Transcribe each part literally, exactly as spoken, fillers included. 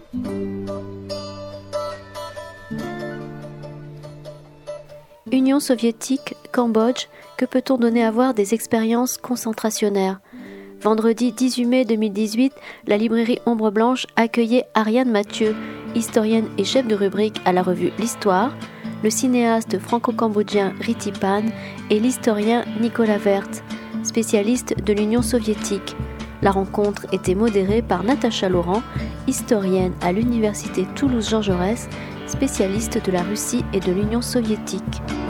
Union soviétique, Cambodge, que peut-on donner à voir des expériences concentrationnaires ? Vendredi dix-huit mai deux mille dix-huit, la librairie Ombre Blanche accueillait Ariane Mathieu, historienne et chef de rubrique à la revue L'Histoire, le cinéaste franco-cambodgien Riti Pan et l'historien Nicolas Werth, spécialiste de l'Union soviétique. La rencontre était modérée par Natacha Laurent, historienne à l'université Toulouse-Jean Jaurès, spécialiste de la Russie et de l'Union soviétique.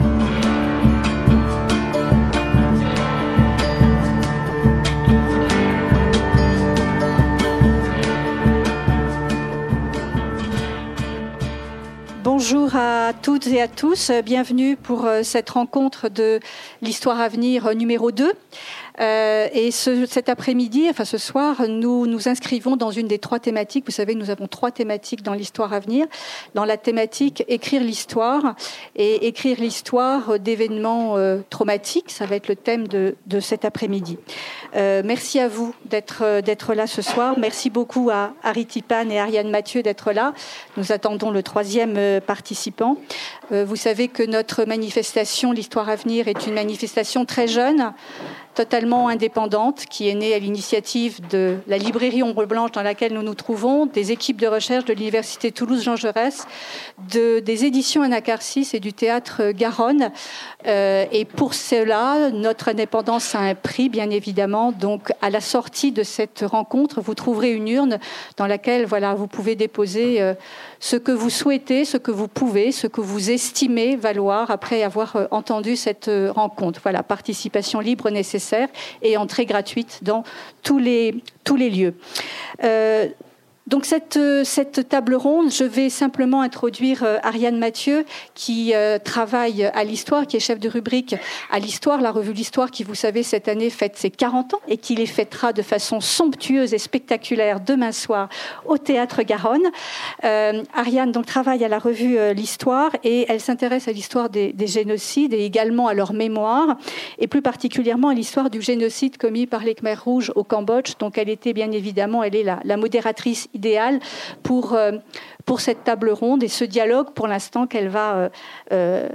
Bonjour à toutes et à tous, bienvenue pour cette rencontre de l'Histoire à venir numéro deux. Euh, et ce, cet après-midi, enfin ce soir, nous nous inscrivons dans une des trois thématiques. Vous savez, nous avons trois thématiques dans l'Histoire à venir. Dans la thématique écrire l'histoire et écrire l'histoire d'événements euh, traumatiques, ça va être le thème de, de cet après-midi. Euh, merci à vous d'être, d'être là ce soir. Merci beaucoup à, à Riti Pan et Ariane Mathieu d'être là. Nous attendons le troisième euh, participant. Euh, vous savez que notre manifestation, l'Histoire à venir, est une manifestation très jeune, totalement indépendante, qui est née à l'initiative de la librairie Ombre Blanche dans laquelle nous nous trouvons, des équipes de recherche de l'université Toulouse-Jean Jaurès, de, des éditions Anacarsis et du théâtre Garonne. Euh, et pour cela, notre indépendance a un prix, bien évidemment. Donc, à la sortie de cette rencontre, vous trouverez une urne dans laquelle, voilà, vous pouvez déposer euh, ce que vous souhaitez, ce que vous pouvez, ce que vous estimez valoir après avoir euh, entendu cette euh, rencontre. Voilà, participation libre nécessaire et entrée gratuite dans tous les, tous les lieux. Euh, Donc cette, cette table ronde, je vais simplement introduire Ariane Mathieu qui euh, travaille à l'Histoire, qui est chef de rubrique à l'Histoire, la revue L'Histoire qui, vous savez, cette année fête ses quarante ans et qui les fêtera de façon somptueuse et spectaculaire demain soir au Théâtre Garonne. Euh, Ariane donc, travaille à la revue euh, L'Histoire et elle s'intéresse à l'histoire des, des génocides et également à leur mémoire et plus particulièrement à l'histoire du génocide commis par les Khmers rouges au Cambodge. Donc elle était bien évidemment, elle est la, la modératrice idéal pour, euh, pour cette table ronde et ce dialogue pour l'instant qu'elle va euh, euh,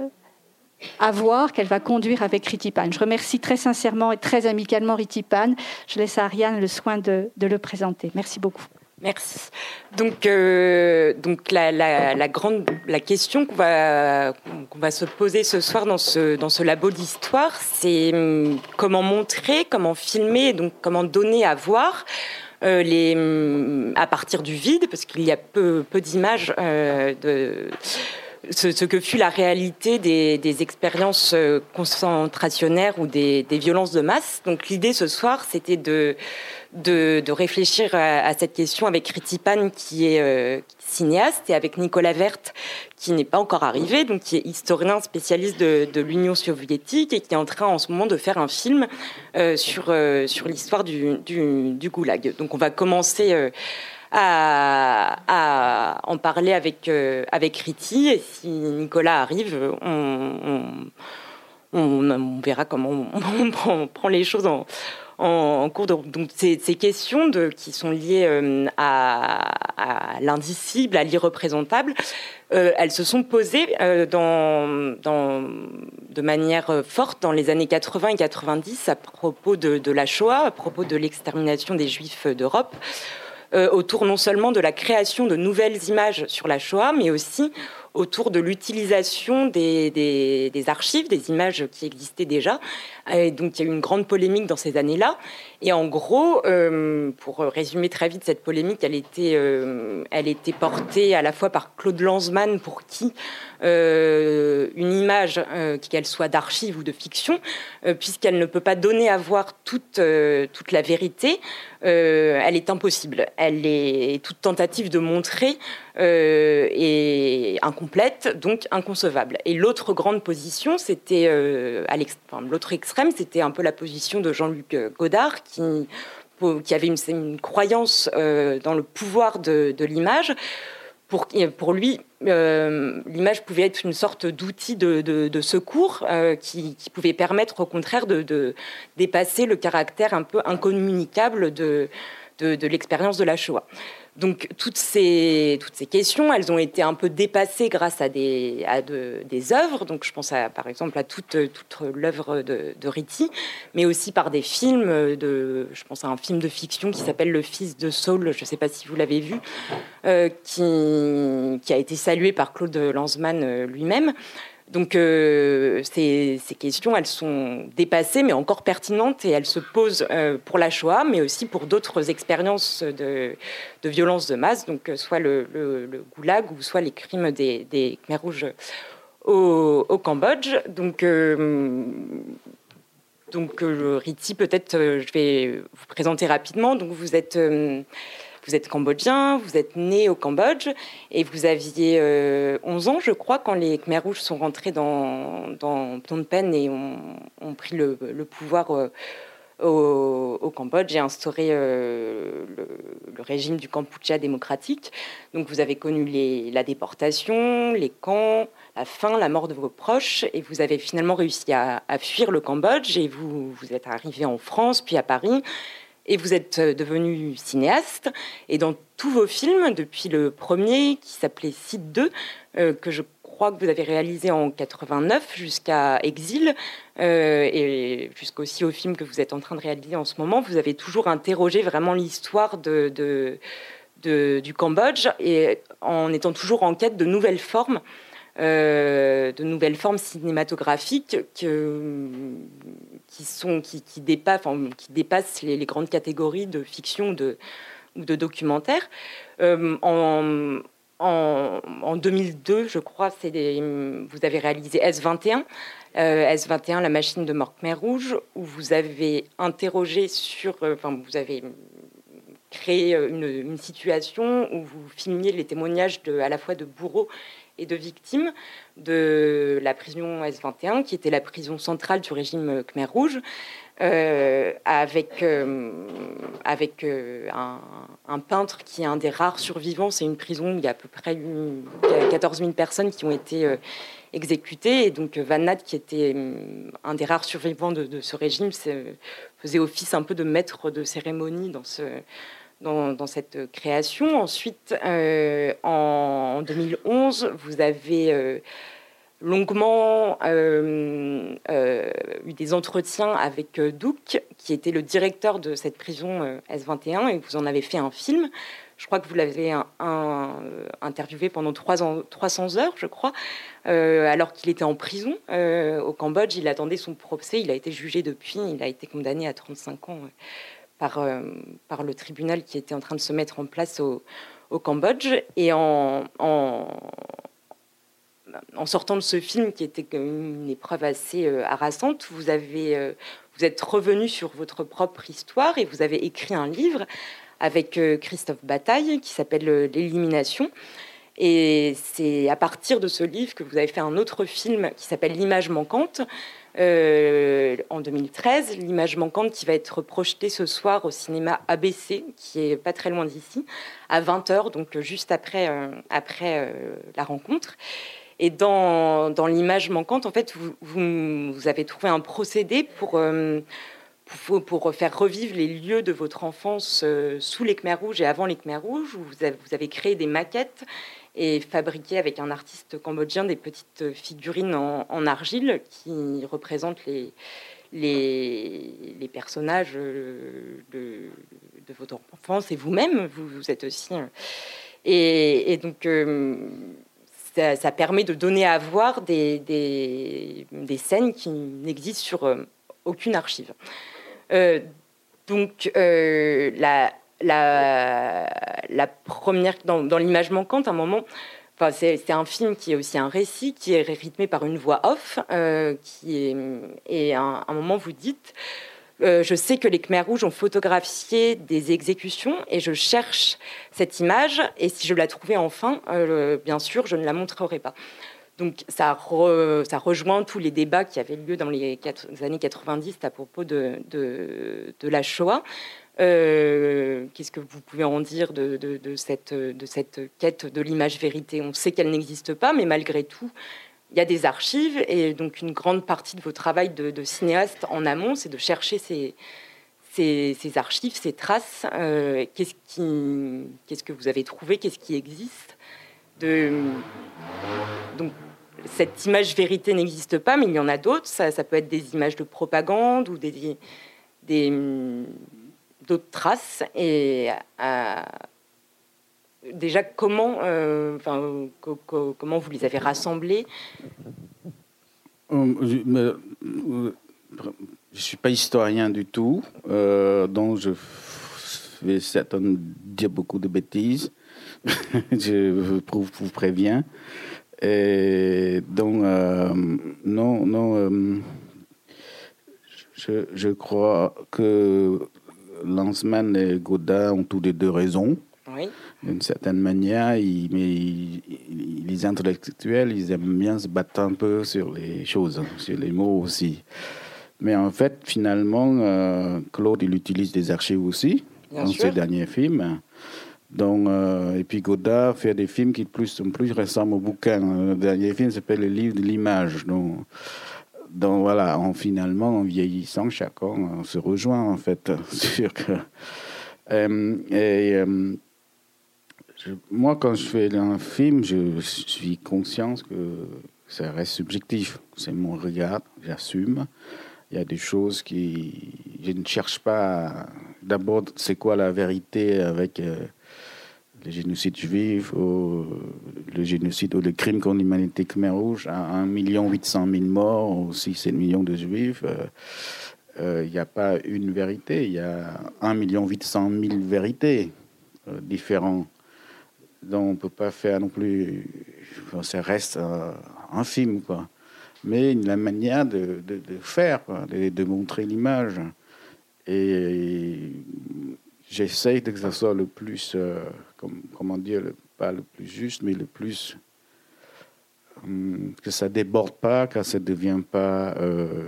avoir, qu'elle va conduire avec Riti Pan. Je remercie très sincèrement et très amicalement Riti Pan. Je laisse à Ariane le soin de, de le présenter. Merci beaucoup. Merci. Donc, euh, donc la, la, la grande la question qu'on va, qu'on va se poser ce soir dans ce, dans ce labo d'histoire, c'est comment montrer, comment filmer, donc comment donner à voir Euh, les, à partir du vide, parce qu'il y a peu, peu d'images euh, de ce, ce que fut la réalité des, des expériences concentrationnaires ou des, des violences de masse. Donc l'idée ce soir, c'était de, de, de réfléchir à, à cette question avec Riti Pan, qui est euh, cinéaste, et avec Nicolas Werth, qui n'est pas encore arrivé, donc qui est historien spécialiste de, de l'Union soviétique et qui est en train en ce moment de faire un film euh, sur, euh, sur l'histoire du, du, du goulag. Donc on va commencer euh, à, à en parler avec, euh, avec Riti, et si Nicolas arrive, on, on, on, on verra comment on, on, prend, on prend les choses en... en cours de... Donc, ces, ces questions de, qui sont liées euh, à, à l'indicible, à l'irreprésentable, euh, elles se sont posées euh, dans, dans, de manière forte dans les années quatre-vingts et quatre-vingt-dix à propos de, de la Shoah, à propos de l'extermination des Juifs d'Europe, euh, autour non seulement de la création de nouvelles images sur la Shoah, mais aussi autour de l'utilisation des, des, des archives, des images qui existaient déjà. Et donc, il y a eu une grande polémique dans ces années-là. Et en gros, euh, pour résumer très vite cette polémique, elle était, euh, elle était portée à la fois par Claude Lanzmann, pour qui euh, une image, euh, qu'elle soit d'archive ou de fiction, euh, puisqu'elle ne peut pas donner à voir toute, euh, toute la vérité, euh, elle est impossible. Elle est toute tentative de montrer euh, est incomplète, donc inconcevable. Et l'autre grande position, c'était euh, à l'ex- enfin, l'autre extrême, c'était un peu la position de Jean-Luc Godard, qui, qui avait une, une croyance euh, dans le pouvoir de, de l'image. Pour, pour lui, euh, l'image pouvait être une sorte d'outil de, de, de secours euh, qui, qui pouvait permettre au contraire de, de dépasser le caractère un peu incommunicable de, de, de l'expérience de la Shoah. Donc toutes ces, toutes ces questions, elles ont été un peu dépassées grâce à des, à de, des œuvres. Donc je pense à, par exemple à toute, toute l'œuvre de, de Ritty, mais aussi par des films. De, je pense à un film de fiction qui s'appelle Le Fils de Saul, je ne sais pas si vous l'avez vu, euh, qui, qui a été salué par Claude Lanzmann lui-même. Donc euh, ces, ces questions, elles sont dépassées, mais encore pertinentes, et elles se posent euh, pour la Shoah, mais aussi pour d'autres expériences de, de violence de masse, donc soit le, le, le goulag, ou soit les crimes des, des Khmers rouges au, au Cambodge. Donc, euh, donc euh, Ritty, peut-être, euh, je vais vous présenter rapidement. Donc vous êtes... Euh, Vous êtes cambodgien, vous êtes né au Cambodge et vous aviez euh, onze ans, je crois, quand les Khmers rouges sont rentrés dans, dans Phnom Penh et ont, ont pris le, le pouvoir euh, au, au Cambodge et instauré euh, le, le régime du Kampuchea démocratique. Donc vous avez connu les, la déportation, les camps, la faim, la mort de vos proches, et vous avez finalement réussi à, à fuir le Cambodge et vous, vous êtes arrivé en France, puis à Paris. Et vous êtes devenu cinéaste. Et dans tous vos films, depuis le premier qui s'appelait Site deux, euh, que je crois que vous avez réalisé en quatre-vingt-neuf jusqu'à Exil, euh, et jusqu'aussi au film que vous êtes en train de réaliser en ce moment, vous avez toujours interrogé vraiment l'histoire de, de, de, du Cambodge, et en étant toujours en quête de nouvelles formes. Euh, de nouvelles formes cinématographiques que, qui, sont, qui, qui, dépassent, enfin, qui dépassent les, les grandes catégories de fiction de, ou de documentaire. Euh, en, en, en deux mille deux, je crois, c'est des, vous avez réalisé S vingt et un, euh, S vingt et un, la machine de mort Khmer rouge, où vous avez interrogé sur... Euh, enfin, vous avez créé une, une situation où vous filmiez les témoignages de, à la fois de bourreaux et de victimes de la prison S vingt et un, qui était la prison centrale du régime Khmer rouge, euh, avec, euh, avec euh, un, un peintre qui est un des rares survivants. C'est une prison où il y a à peu près une, quatorze mille personnes qui ont été euh, exécutées. Et donc Van Nat, qui était euh, un des rares survivants de, de ce régime, faisait office un peu de maître de cérémonie dans ce... Dans, dans cette création. Ensuite, euh, en deux mille onze, vous avez euh, longuement euh, euh, eu des entretiens avec euh, Douk, qui était le directeur de cette prison euh, S vingt et un, et vous en avez fait un film. Je crois que vous l'avez un, un, interviewé pendant trois cents heures, je crois, euh, alors qu'il était en prison euh, au Cambodge. Il attendait son procès, il a été jugé depuis, il a été condamné à trente-cinq ans. Euh, Par, euh, par le tribunal qui était en train de se mettre en place au, au Cambodge. Et en, en, en sortant de ce film, qui était une épreuve assez euh, harassante, vous, avez, euh, vous êtes revenu sur votre propre histoire et vous avez écrit un livre avec euh, Christophe Bataille qui s'appelle euh, L'élimination. Et c'est à partir de ce livre que vous avez fait un autre film qui s'appelle L'image manquante, Euh, en deux mille treize, l'image manquante qui va être projetée ce soir au cinéma A B C, qui est pas très loin d'ici, à vingt heures, donc juste après, euh, après euh, la rencontre. Et dans, dans l'image manquante, en fait, vous, vous, vous avez trouvé un procédé pour, euh, pour, pour faire revivre les lieux de votre enfance euh, sous les Khmers rouges et avant les Khmers rouges, où vous avez, vous avez créé des maquettes et fabriqué avec un artiste cambodgien des petites figurines en, en argile qui représentent les, les, les personnages de, de votre enfance et vous-même, vous, vous êtes aussi... Et, et donc, euh, ça, ça permet de donner à voir des, des, des scènes qui n'existent sur euh, aucune archive. Euh, donc, euh, la... La, la première, dans, dans l'image manquante, un moment, enfin, c'est, c'est un film qui est aussi un récit, qui est rythmé par une voix off, euh, qui est, et à un, un moment vous dites, euh, je sais que les Khmers rouges ont photographié des exécutions et je cherche cette image, et si je la trouvais enfin, euh, bien sûr, je ne la montrerai pas. Donc ça, re, ça rejoint tous les débats qui avaient lieu dans les, quatre, les années quatre-vingt-dix à propos de, de, de la Shoah. Euh, qu'est-ce que vous pouvez en dire de, de, de, cette, de cette quête de l'image vérité? On sait qu'elle n'existe pas, mais malgré tout, il y a des archives. Et donc, une grande partie de votre travail de, de cinéaste en amont, c'est de chercher ces, ces, ces archives, ces traces, euh, qu'est-ce, qui, qu'est-ce que vous avez trouvé, qu'est-ce qui existe de... Donc, cette image vérité n'existe pas, mais il y en a d'autres. Ça, ça peut être des images de propagande ou des, des, d'autres traces. Et euh, déjà, comment, euh, enfin, co- co- comment vous les avez rassemblées? Je ne suis pas historien du tout, euh, donc je vais certainement dire beaucoup de bêtises. je vous, vous préviens. Et donc, euh, non, non euh, je, je crois que Lanzmann et Godard ont tous les deux raison. Oui. D'une certaine manière, ils, mais ils, ils, les intellectuels, ils aiment bien se battre un peu sur les choses, sur les mots aussi. Mais en fait, finalement, euh, Claude, il utilise des archives aussi bien dans sûr. Ses derniers films. Donc, euh, et puis Godard fait des films qui plus, plus ressemblent au bouquin. Le dernier film s'appelle Le livre de l'image. Donc, donc voilà, en, finalement, en vieillissant, chacun on se rejoint en fait. Sur que, euh, et euh, je, moi, quand je fais un film, je suis conscient que ça reste subjectif. C'est mon regard, j'assume. Il y a des choses qui... Je ne cherche pas... À, d'abord, c'est quoi la vérité avec... Euh, le génocide juif, ou le génocide ou le crime contre l'humanité Khmer Rouge, à un million huit cent mille morts, ou six sept millions de juifs, il euh, n'y euh, a pas une vérité, il y a un million huit cent mille vérités euh, différentes. Donc on ne peut pas faire non plus, ça reste euh, un film, quoi. Mais la manière de, de, de faire, quoi, de, de montrer l'image. Et j'essaye que ça soit le plus, euh, comme, comment dire, le, pas le plus juste, mais le plus... Hum, que ça ne déborde pas, que ça ne devienne pas euh,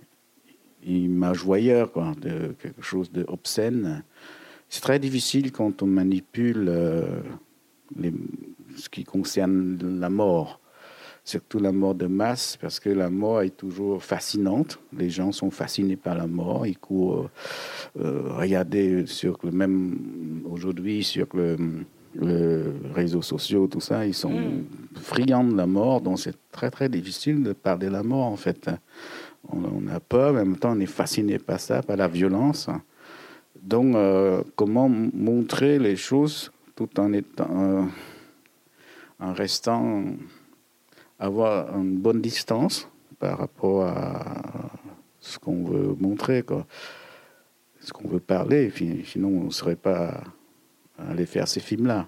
image voyeur, quoi, de quelque chose d'obscène. C'est très difficile quand on manipule euh, les, ce qui concerne la mort, surtout la mort de masse, parce que la mort est toujours fascinante. Les gens sont fascinés par la mort. Ils courent... Euh, regardez sur le même aujourd'hui sur le, le réseaux sociaux, tout ça, ils sont mmh. friands de la mort, donc c'est très très difficile de parler de la mort en fait. On, on a peur, mais en même temps on est fasciné par ça, par la violence. Donc euh, comment montrer les choses tout en étant, euh, en restant, avoir une bonne distance par rapport à ce qu'on veut montrer, quoi. Ce qu'on veut parler, sinon on ne serait pas allé faire ces films-là.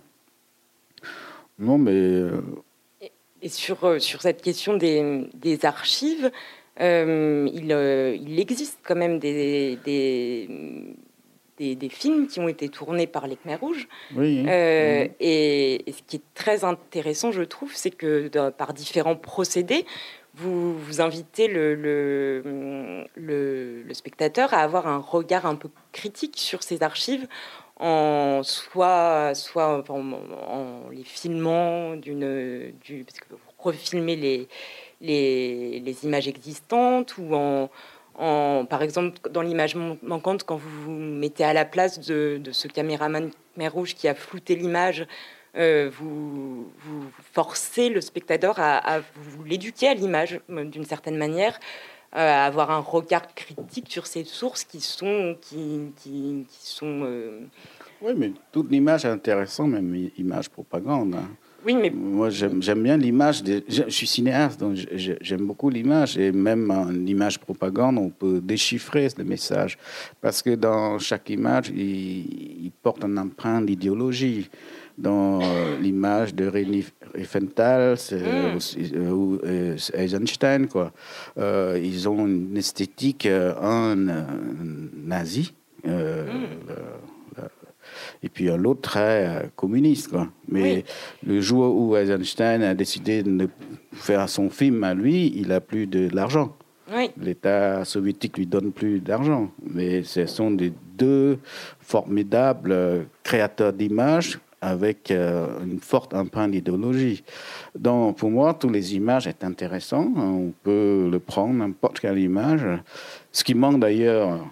Non, mais... Euh... Et, et sur, sur cette question des, des archives, euh, il, euh, il existe quand même des, des, des, des films qui ont été tournés par les Khmer Rouges. Oui. Euh, oui. Et, et ce qui est très intéressant, je trouve, c'est que de, par différents procédés, Vous, vous invitez le, le, le, le spectateur à avoir un regard un peu critique sur ces archives, en soit, soit en, en les filmant, d'une, du, parce que vous refilmez les, les, les images existantes, ou en, en, par exemple, dans l'image manquante, quand vous vous mettez à la place de, de ce caméraman Khmer Rouge qui a flouté l'image. Euh, vous, vous forcez le spectateur à, à vous l'éduquer à l'image d'une certaine manière, euh, à avoir un regard critique sur ces sources qui sont qui, qui, qui sont euh... oui, mais toute l'image est intéressante, même image propagande, hein. Oui, mais moi j'aime, j'aime bien l'image de, je, je suis cinéaste, donc je, j'aime beaucoup l'image, et même en image propagande on peut déchiffrer le message parce que dans chaque image il, il porte une empreinte d'idéologie. Dans euh, l'image de Rémi Riefenstahl mm. aussi, euh, ou euh, Eisenstein, quoi. Euh, ils ont une esthétique euh, un euh, nazi, euh, mm. le, le, et puis l'autre très euh, communiste, quoi. Mais oui. Le jour où Eisenstein a décidé de faire son film à lui, il a plus de, de l'argent. Oui. L'État soviétique lui donne plus d'argent. Mais ce sont des deux formidables créateurs d'images avec euh, une forte empreinte d'idéologie. Donc, pour moi, toutes les images sont intéressantes. On peut le prendre, n'importe quelle image. Ce qui manque d'ailleurs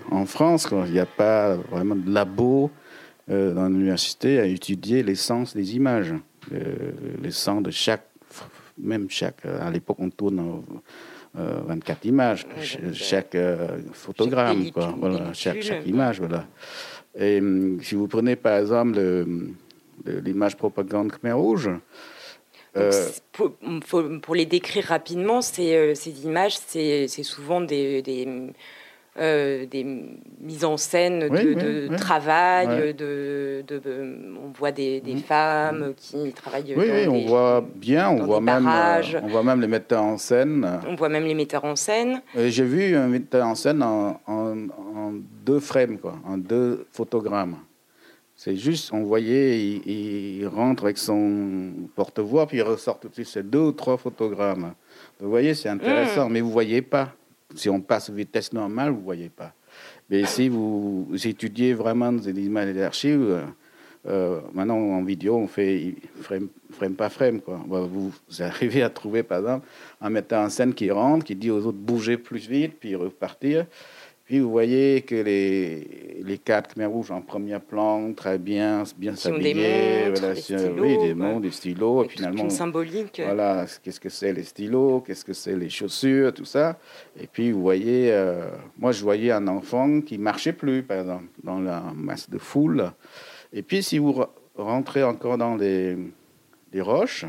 en France, quoi. Il n'y a pas vraiment de labo euh, dans l'université à étudier l'essence des images, euh, le sens de chaque, même chaque. À l'époque, on tourne en, euh, vingt-quatre images, ch- chaque euh, photogramme, chaque quoi. pellicule, Voilà, chaque, chaque image, voilà. Et hum, si vous prenez par exemple le, le, l'image propagande Khmer Rouge. Donc, pour, pour les décrire rapidement, ces, ces images, c'est, c'est souvent des, des, euh, des mises en scène de, oui, oui, de oui. travail. Ouais. De, de, de, on voit des, des mmh. femmes qui travaillent oui, dans oui, des on voit bien, on voit, même, euh, on voit même les metteurs en scène. On voit même les metteurs en scène. Et j'ai vu un metteur en scène en, en, en deux frames, quoi, en deux photogrammes. C'est juste, on voyait, il, il rentre avec son porte-voix, puis il ressort tout de suite, c'est deux ou trois photogrammes. Vous voyez, c'est intéressant, mmh. mais vous ne voyez pas. Si on passe vitesse normale, vous ne voyez pas. Mais si vous étudiez vraiment des images d'archives, euh, maintenant en vidéo, on fait frame, frame par frame, quoi. Vous, vous arrivez à trouver, par exemple, un metteur en scène qui rentre, qui dit aux autres bouger plus vite, puis repartir. Puis vous voyez que les, les quatre Khmer Rouges en premier plan, très bien, bien s'habillés. Des montres, voilà, des stylos, oui, des montres, des stylos. Et finalement, une symbolique. Voilà, qu'est-ce que c'est les stylos, qu'est-ce que c'est les chaussures, tout ça. Et puis vous voyez, euh, moi je voyais un enfant qui marchait plus, par exemple, dans la masse de foule. Et puis si vous rentrez encore dans les, les roches,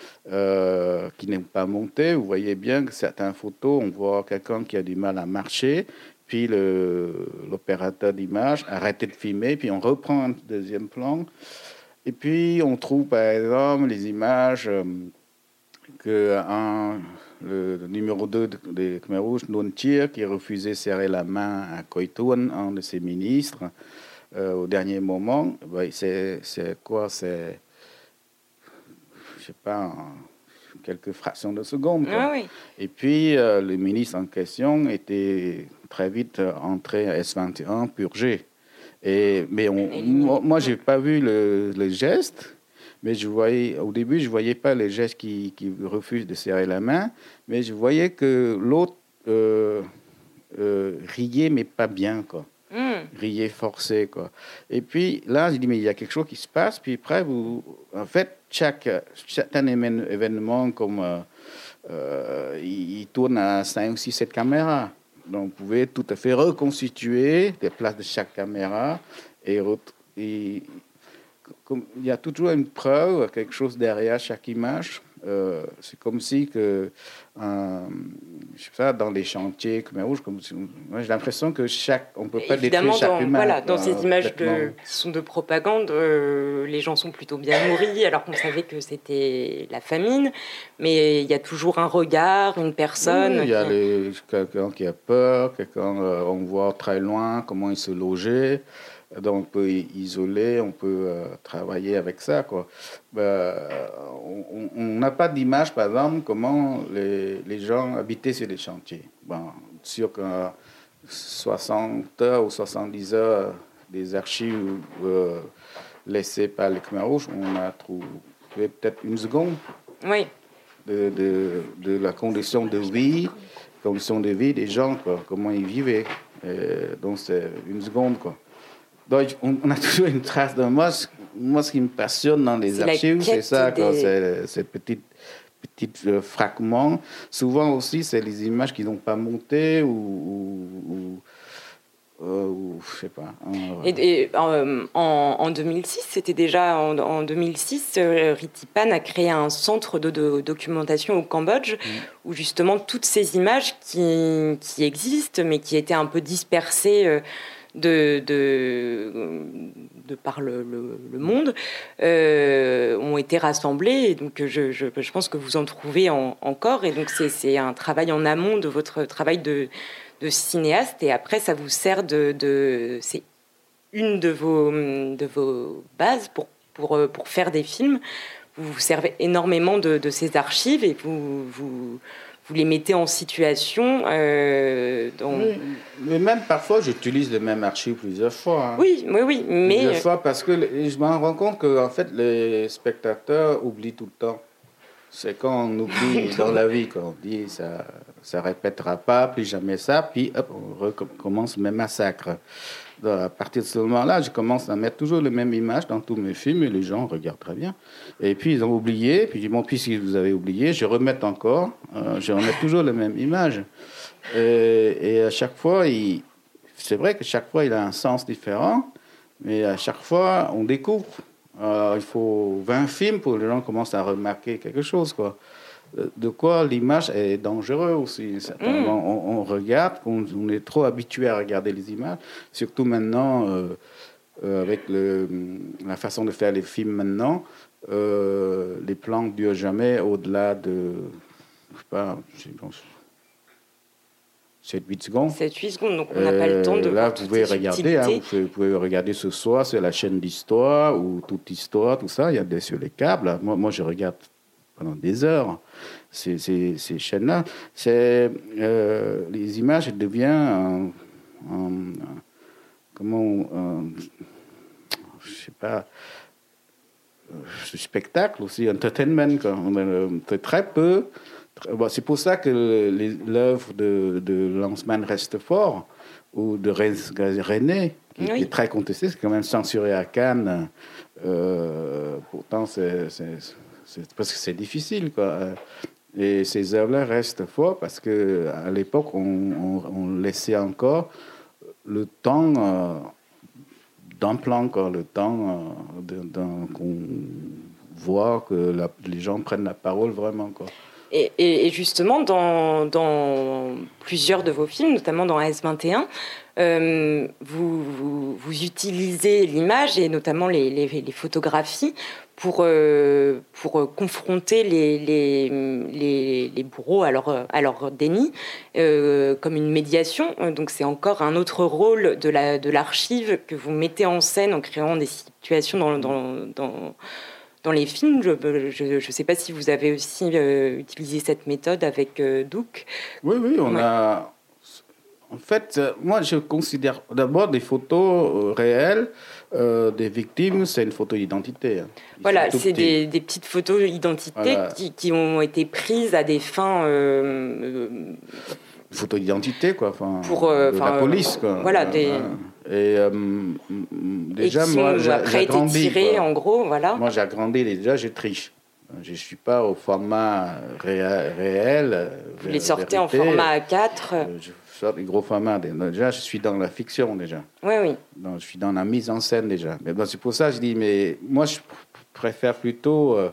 Euh, qui n'est pas monté, vous voyez bien que certaines photos, on voit quelqu'un qui a du mal à marcher, puis le, l'opérateur d'image arrête de filmer, puis on reprend un deuxième plan, et puis on trouve par exemple les images euh, que un, le, le numéro deux des Khmer Rouges, Nuon Chea, qui refusait de serrer la main à Koitoun, un de ses ministres, euh, au dernier moment. Ben, c'est, c'est quoi c'est je sais pas, en quelques fractions de secondes. Quoi. Ah oui. Et puis, euh, le ministre en question était très vite entré à S vingt et un purgé. Et, mais on, moi, moi je n'ai pas vu le, le geste, mais je voyais, au début, je ne voyais pas les gestes qui, qui refusent de serrer la main, mais je voyais que l'autre euh, euh, riait, mais pas bien, quoi. Mm. Riait forcé, quoi. Et puis là, je dis, mais il y a quelque chose qui se passe. Puis après, vous, en fait, chaque, chaque événement, comme euh, euh, il, il tourne à cinq ou six, sept caméras. Donc, vous pouvez tout à fait reconstituer les places de chaque caméra. Et, et comme, il y a toujours une preuve, quelque chose derrière chaque image. Euh, c'est comme si que, euh, je sais pas, dans les chantiers Khmer Rouge, comme si, moi, j'ai l'impression que chaque, on peut pas détruire chaque dans, humain. Voilà, dans euh, ces images de, qui sont de propagande, euh, les gens sont plutôt bien nourris, alors qu'on savait que c'était la famine. Mais il y a toujours un regard, une personne. Oui, il y a qui... les, quelqu'un qui a peur, quelqu'un, euh, on voit très loin comment il se logeait. Donc, on peut isoler, on peut euh, travailler avec ça, quoi. Ben, on n'a pas d'image, par exemple, comment les, les gens habitaient sur les chantiers. Bon, sûr que soixante heures ou soixante-dix heures des archives euh, laissées par les Khmer Rouges, on a trouvé peut-être une seconde oui. de, de, de la condition de vie, condition de vie des gens, quoi, comment ils vivaient. Et donc, c'est une seconde, quoi. Donc, on a toujours une trace de moi. Moi, ce qui me passionne dans les c'est archives, c'est ça, des... quoi, c'est ces petits, petits euh, fragments. Souvent aussi, c'est les images qui n'ont pas monté ou, ou, ou, euh, ou je sais pas. Hein, et, et euh, en, en deux mille six, c'était déjà en, en deux mille six, euh, Ritipan a créé un centre de, de documentation au Cambodge, mmh. où justement toutes ces images qui, qui existent, mais qui étaient un peu dispersées. Euh, De, de, de par le, le, le monde, euh, ont été rassemblés. Et donc, je, je, je pense que vous en trouvez en, encore. Et donc, c'est, c'est un travail en amont de votre travail de, de cinéaste. Et après, ça vous sert de... de c'est une de vos, de vos bases pour, pour, pour faire des films. Vous vous servez énormément de, de ces archives et vous... vous vous les mettez en situation. Euh, dans... oui, mais même parfois, j'utilise les mêmes archives plusieurs fois. Hein. Oui, oui, oui. Mais... Plusieurs fois, parce que je me rends compte que en fait, les spectateurs oublient tout le temps. C'est quand on oublie dans la vie, quand on dit ça ça répétera pas, plus jamais ça, puis hop, on recommence le même massacre. Donc, à partir de ce moment-là, je commence à mettre toujours les mêmes images dans tous mes films et les gens regardent très bien. Et puis ils ont oublié, puis je dis bon, puisque vous avez oublié, je remets encore, euh, je remets toujours les mêmes images. Et, et à chaque fois, il, c'est vrai que chaque fois il a un sens différent, mais à chaque fois on découvre. Euh, il faut vingt films pour que les gens commencent à remarquer quelque chose, quoi. De quoi l'image est dangereuse aussi. Mmh. On, on regarde, on, on est trop habitué à regarder les images, surtout maintenant, euh, euh, avec le, la façon de faire les films maintenant, euh, les plans ne durent jamais au-delà de, je sais pas, sept huit secondes. sept huit secondes, donc on n'a euh, pas le temps de là, voir vous pouvez regarder, hein, vous, pouvez, vous pouvez regarder ce soir sur la chaîne d'histoire ou toute histoire, tout ça, il y a des sur les câbles. Moi, moi je regarde pendant des heures ces, ces, ces chaînes-là. C'est, euh, les images deviennent un, un, un, comment, un, je sais pas, un spectacle aussi, entertainment. Quoi. On fait très peu. Bon, c'est pour ça que les, l'œuvre de, de Lanzmann reste fort, ou de René, qui, oui. qui est très contesté, c'est quand même censuré à Cannes. Euh, pourtant, c'est, c'est, c'est parce que c'est difficile, quoi. Et ces œuvres-là restent fortes parce qu'à l'époque, on, on, on laissait encore le temps euh, d'un plan, quoi, le temps euh, de, d'un, qu'on voit que la, les gens prennent la parole vraiment, quoi. Et, et, et justement, dans, dans plusieurs de vos films, notamment dans A S vingt et un, euh, vous, vous, vous utilisez l'image et notamment les, les, les photographies pour, euh, pour confronter les, les, les, les bourreaux à leur, à leur déni, euh, comme une médiation. Donc c'est encore un autre rôle de, la, de l'archive que vous mettez en scène en créant des situations dans... dans, dans Dans les films, je ne sais pas si vous avez aussi euh, utilisé cette méthode avec euh, Douk. Oui, oui, on ouais. a... En fait, euh, moi, je considère d'abord des photos euh, réelles euh, des victimes, c'est une photo d'identité. Hein. Voilà, c'est des, des petites photos d'identité voilà. qui, qui ont été prises à des fins... Euh, photo d'identité, quoi, enfin, pour euh, de la police, quoi. Voilà, des... Et euh, déjà, et qui moi, ont j'ai, après j'ai été grandi, tirés, quoi. En gros, voilà. Moi, j'ai grandi, déjà, je triche. Je ne suis pas au format réel. réel Vous les sortez vérité. En format A quatre. Je sors des gros formats. Déjà, je suis dans la fiction, déjà. Oui, oui. Donc, je suis dans la mise en scène, déjà. Mais bon, c'est pour ça que je dis, mais moi, je préfère plutôt... Euh,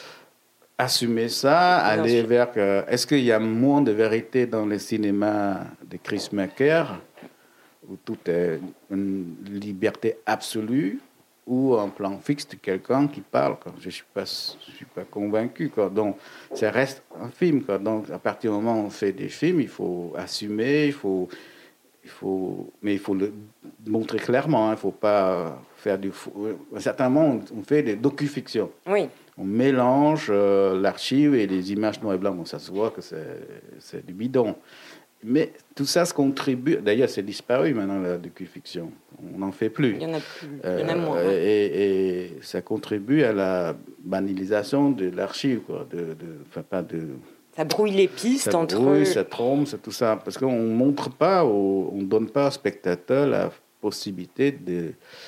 assumer ça, Bien aller sûr. vers... Euh, est-ce qu'il y a moins de vérité dans le cinéma de Chris Marker, où tout est une liberté absolue, ou un plan fixe de quelqu'un qui parle, quoi. Je ne suis pas, je suis pas convaincu, quoi. Donc, ça reste un film, quoi. Donc, à partir du moment où on fait des films, il faut assumer, il faut... Il faut, mais il faut le montrer clairement, il hein. ne faut pas faire du... À un certain moment, on fait des docu-fictions. Oui. On mélange euh, l'archive et les images noir et blanc. Bon, ça se voit que c'est, c'est du bidon. Mais tout ça se contribue... D'ailleurs, c'est disparu maintenant, la docu-fiction. On n'en fait plus. Il y en a plus. Il y en a moins. Euh, et, et ça contribue à la banalisation de l'archive, quoi. De, de, enfin, pas de... Ça brouille les pistes ça entre... Brouille, ça trompe, c'est tout ça. Parce qu'on ne montre pas, au, on ne donne pas au spectateur la possibilité de,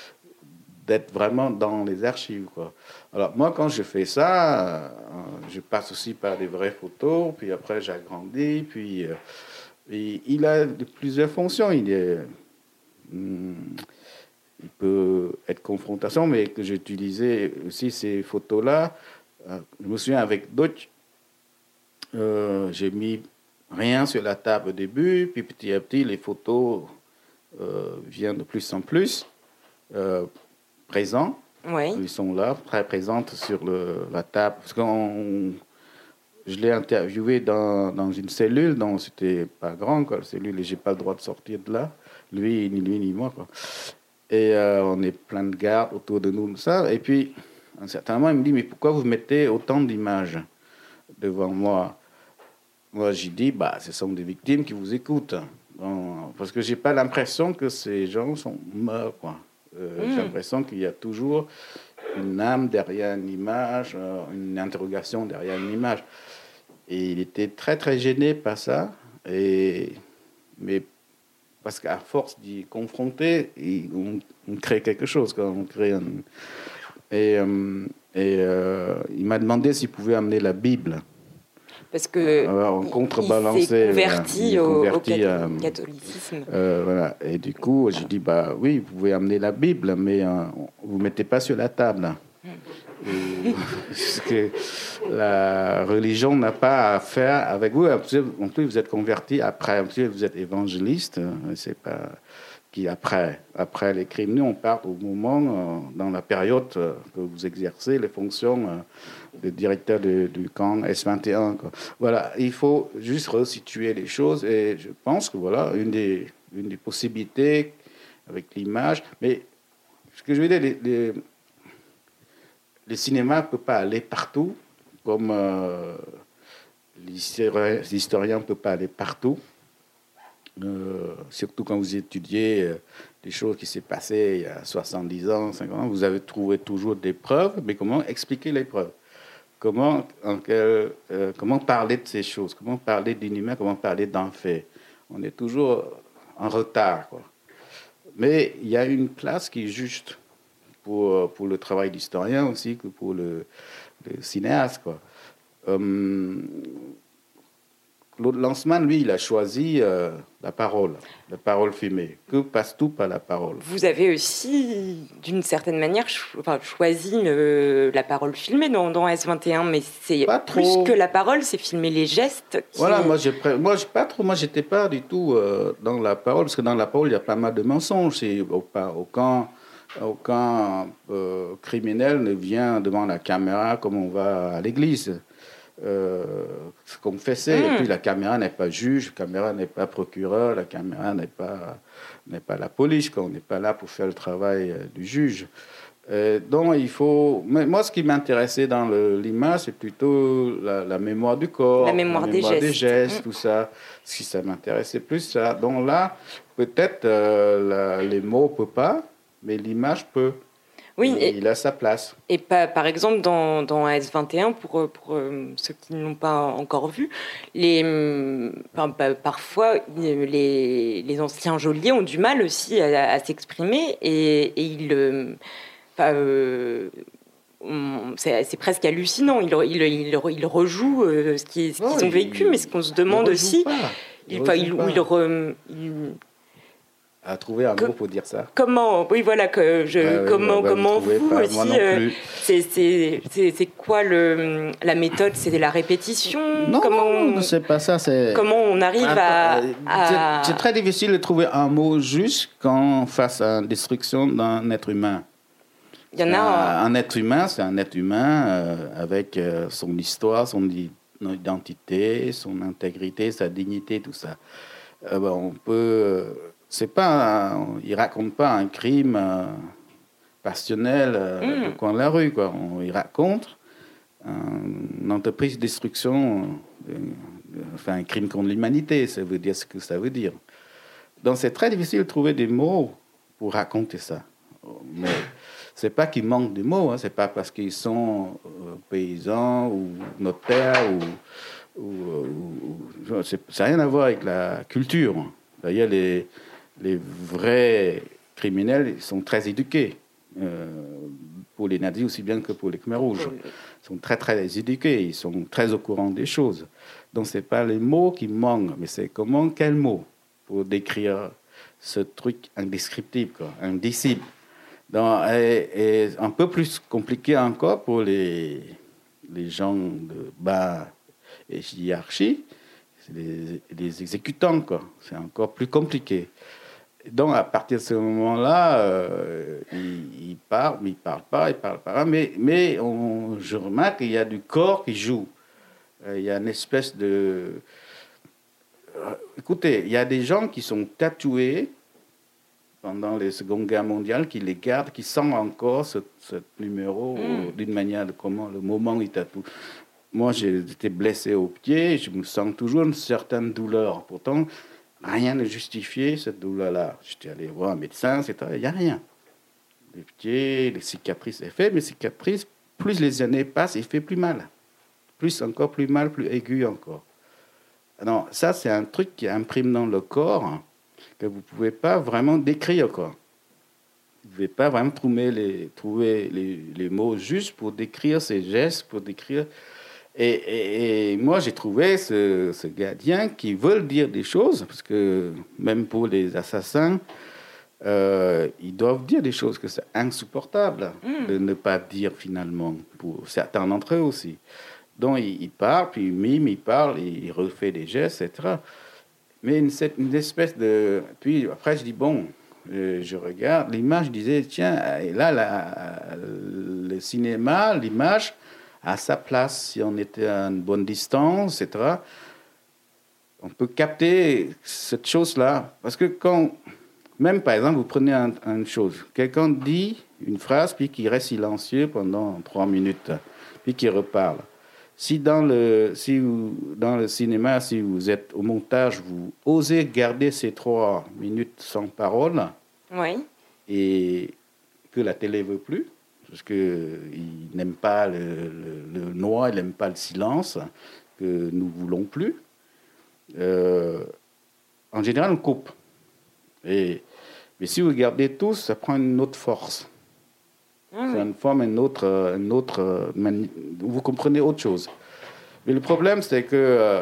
d'être vraiment dans les archives, quoi. Alors, moi, quand je fais ça, euh, je passe aussi par des vraies photos, puis après, j'agrandis, puis euh, et il a de plusieurs fonctions. Il, est, hum, il peut être confrontation, mais que j'utilisais aussi ces photos-là. Euh, je me souviens avec d'autres... Euh, j'ai mis rien sur la table au début, puis petit à petit, les photos euh, viennent de plus en plus euh, présents. Oui. Ils sont là, très présentes sur le, la table. Parce que je l'ai interviewé dans, dans une cellule, donc c'était pas grand, quoi, la cellule, et j'ai pas le droit de sortir de là. Lui, ni lui, ni moi, quoi. Et euh, on est plein de gardes autour de nous, ça. Et puis, à un certain moment, il me dit, mais pourquoi vous mettez autant d'images devant moi? Moi, j'ai dit, bah, ce sont des victimes qui vous écoutent. Donc, parce que je n'ai pas l'impression que ces gens sont morts, quoi. Euh, mmh. J'ai l'impression qu'il y a toujours une âme derrière une image, une interrogation derrière une image. Et il était très, très gêné par ça. Et, mais parce qu'à force d'y confronter, on, on crée quelque chose. Quoi. On crée un, et euh, et euh, il m'a demandé s'il pouvait amener la Bible. Parce que Alors, on contrebalançait, il s'est converti, voilà, au, converti au à, catholicisme. Euh, voilà. Et du coup, j'ai dit, bah oui, vous pouvez amener la Bible, mais euh, vous ne mettez pas sur la table. Et, parce que la religion n'a pas à faire avec vous. En plus, vous êtes converti après, en plus, vous êtes évangéliste. C'est pas qui après, après les crimes. Nous, on part au moment, euh, dans la période euh, que vous exercez les fonctions euh, de directeur de, du camp S vingt et un. Quoi. Voilà, il faut juste resituer les choses. Et je pense que voilà, une des, une des possibilités avec l'image. Mais ce que je veux dire, les, les, le cinéma ne peut pas aller partout, comme euh, l'historien ne peut pas aller partout. Euh, surtout quand vous étudiez euh, des choses qui s'est passées il y a soixante-dix ans, cinquante ans, vous avez trouvé toujours des preuves, mais comment expliquer les preuves? Comment, en quel, euh, comment parler de ces choses? Comment parler d'inhumain? Comment parler d'un fait? On est toujours en retard, quoi. Mais il y a une place qui est juste pour, pour le travail d'historien aussi que pour le, le cinéaste, quoi. Euh, Claude Lanzmann, lui, il a choisi euh, la parole, la parole filmée. Que passe tout par la parole? Vous avez aussi, d'une certaine manière, cho- enfin, choisi le- la parole filmée dans, dans S vingt et un, mais c'est Pas plus trop. que la parole, c'est filmer les gestes. Qui... Voilà, moi, j'ai, moi, j'ai pas trop, moi, j'étais pas du tout euh, dans la parole, parce que dans la parole, il y a pas mal de mensonges. C'est, aucun aucun, aucun euh, criminel ne vient devant la caméra comme on va à l'église. Euh, ce qu'on fait, c'est, mmh. Et puis la caméra n'est pas juge, la caméra n'est pas procureur, la caméra n'est pas, n'est pas la police, quoi. On n'est pas là pour faire le travail euh, du juge. Euh, donc il faut. Mais moi, ce qui m'intéressait dans le, l'image, c'est plutôt la, la mémoire du corps, la mémoire, la mémoire des, des gestes, gestes mmh. tout ça. Si ça m'intéressait plus, ça. Donc là, peut-être euh, la, les mots ne peuvent pas, mais l'image peut. Oui, et, et, il a sa place. Et pas, par exemple, dans, dans S vingt et un, pour, pour ceux qui ne l'ont pas encore vu, les, enfin, parfois, les, les anciens geôliers ont du mal aussi à, à s'exprimer et, et ils... Enfin, euh, c'est, c'est presque hallucinant. Ils, ils, ils, ils rejouent ce, qui, ce qu'ils oh, ont vécu, mais ce qu'on se demande aussi... Ils, enfin, ils, ils, re, ils à trouver un mot pour dire ça. Comment, oui, voilà, que je, euh, comment, bah, comment vous, vous aussi, euh, c'est, c'est, c'est, c'est quoi le, la méthode? C'est la répétition? Non, comment, non, c'est pas ça. C'est... Comment on arrive à... à... C'est, c'est très difficile de trouver un mot juste quand face à la destruction d'un être humain. Il y en a... Un, un être humain, c'est un être humain euh, avec euh, son histoire, son identité, son intégrité, sa dignité, tout ça. Euh, bah, on peut... C'est pas, un, il raconte pas un crime euh, passionnel euh, mmh. au coin de la rue, quoi. On, il raconte un, une entreprise de destruction, euh, de, enfin un crime contre l'humanité. Ça veut dire ce que ça veut dire. Donc c'est très difficile de trouver des mots pour raconter ça. Mais c'est pas qu'il manque de mots. Hein. C'est pas parce qu'ils sont euh, paysans ou notaires ou, ou, ou, ou c'est, ça n'a rien à voir avec la culture. D'ailleurs les Les vrais criminels ils sont très éduqués, euh, pour les nazis aussi bien que pour les Khmers rouges. Ils sont très, très éduqués, ils sont très au courant des choses. Donc, ce n'est pas les mots qui manquent, mais c'est comment, quel mot pour décrire ce truc indescriptible, quoi, indicible. Donc, et, et un peu plus compliqué encore pour les, les gens de bas hiérarchie, c'est les, les exécutants, quoi. C'est encore plus compliqué. Donc, à partir de ce moment-là, euh, il, il parle, mais il ne parle pas, il ne parle pas. Mais, mais on, je remarque qu'il y a du corps qui joue. Euh, il y a une espèce de... Euh, écoutez, il y a des gens qui sont tatoués pendant les Secondes Guerres mondiales, qui les gardent, qui sentent encore ce, ce numéro mm. d'une manière de comment, le moment où ils tatouent. Moi, j'ai été blessé au pied, je me sens toujours une certaine douleur. Pourtant, rien ne justifiait cette douleur-là. J'étais allé voir un médecin, et cetera. Il n'y a rien. les pieds, les cicatrices. Il fait, mais cicatrices, plus les années passent, il fait plus mal. Plus encore, plus mal, plus aigu encore. Non, ça, c'est un truc qui imprime dans le corps que vous ne pouvez pas vraiment décrire, quoi. Vous ne pouvez pas vraiment trouver les, trouver les, les mots justes pour décrire ces gestes, pour décrire... Et, et, et moi, j'ai trouvé ce, ce gardien qui veut dire des choses, parce que même pour les assassins, euh, ils doivent dire des choses que c'est insupportable mmh. de ne pas dire finalement, pour certains d'entre eux aussi. Donc, il, il parle, puis il mime, il parle, il refait des gestes, et cetera. Mais une, une espèce de... Puis après, je dis, bon, euh, je regarde l'image, je disais, tiens, et là, la, le cinéma, l'image, à sa place, si on était à une bonne distance, et cetera, on peut capter cette chose-là. Parce que quand... Même, par exemple, vous prenez un, une chose. Quelqu'un dit une phrase, puis qui reste silencieux pendant trois minutes, puis qui reparle. Si dans le, si vous, dans le cinéma, si vous êtes au montage, vous osez garder ces trois minutes sans parole, oui. et que la télé ne veut plus, parce qu'il n'aime pas le, le, le noir, il n'aime pas le silence, que nous ne voulons plus, euh, en général, on coupe. Et, mais si vous gardez tous, ça prend une autre force. Ah, ça oui. forme une autre, une autre mani- vous comprenez autre chose. Mais le problème, c'est que euh,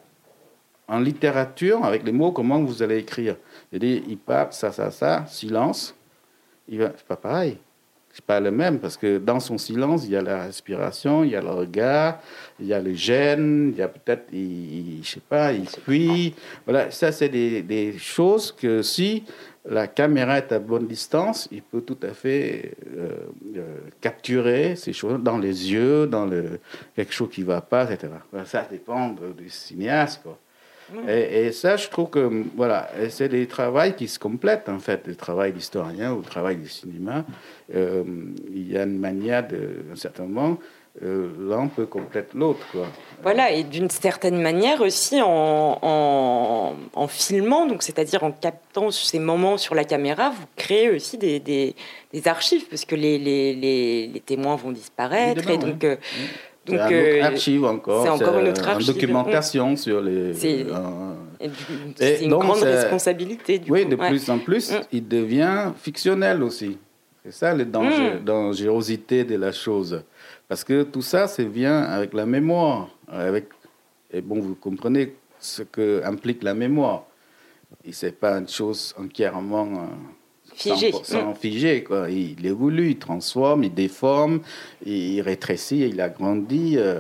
en littérature, avec les mots, comment vous allez écrire? C'est-à-dire, il parle ça, ça, ça, silence. Il va, c'est pas pareil. C'est pas le même, parce que dans son silence, il y a la respiration, il y a le regard, il y a le gêne, il y a peut-être, il, il, je sais pas, il fuit. Voilà, ça, c'est des, des choses que si la caméra est à bonne distance, il peut tout à fait euh, euh, capturer ces choses dans les yeux, dans le, quelque chose qui ne va pas, et cetera. Voilà, ça dépend du cinéaste, quoi. Mmh. Et, et ça, je trouve que voilà, c'est des travaux qui se complètent, en fait, le travail d'historien ou le travail du cinéma. Euh, il y a une manière, de, un certain moment, euh, l'un peut compléter l'autre, quoi. Voilà, et d'une certaine manière aussi en, en, en filmant, donc c'est-à-dire en captant ces moments sur la caméra, vous créez aussi des, des, des archives, parce que les, les, les, les témoins vont disparaître, et donc... Oui. Euh, Donc, c'est un autre archive encore. C'est encore c'est une autre archive. Une documentation mmh. sur les... C'est, euh, et du, c'est et une donc, grande c'est, responsabilité. Du oui, coup. de ouais. plus en plus, mmh. il devient fictionnel aussi. C'est ça la danger, mmh. dangerosité de la chose. Parce que tout ça, ça vient avec la mémoire. Avec, et bon, vous comprenez ce qu'implique la mémoire. Et ce n'est pas une chose entièrement... Euh, Figé. cent pour cent mmh. figé, quoi. Il, il évolue, il transforme, il déforme, il, il rétrécit, il agrandit. Euh,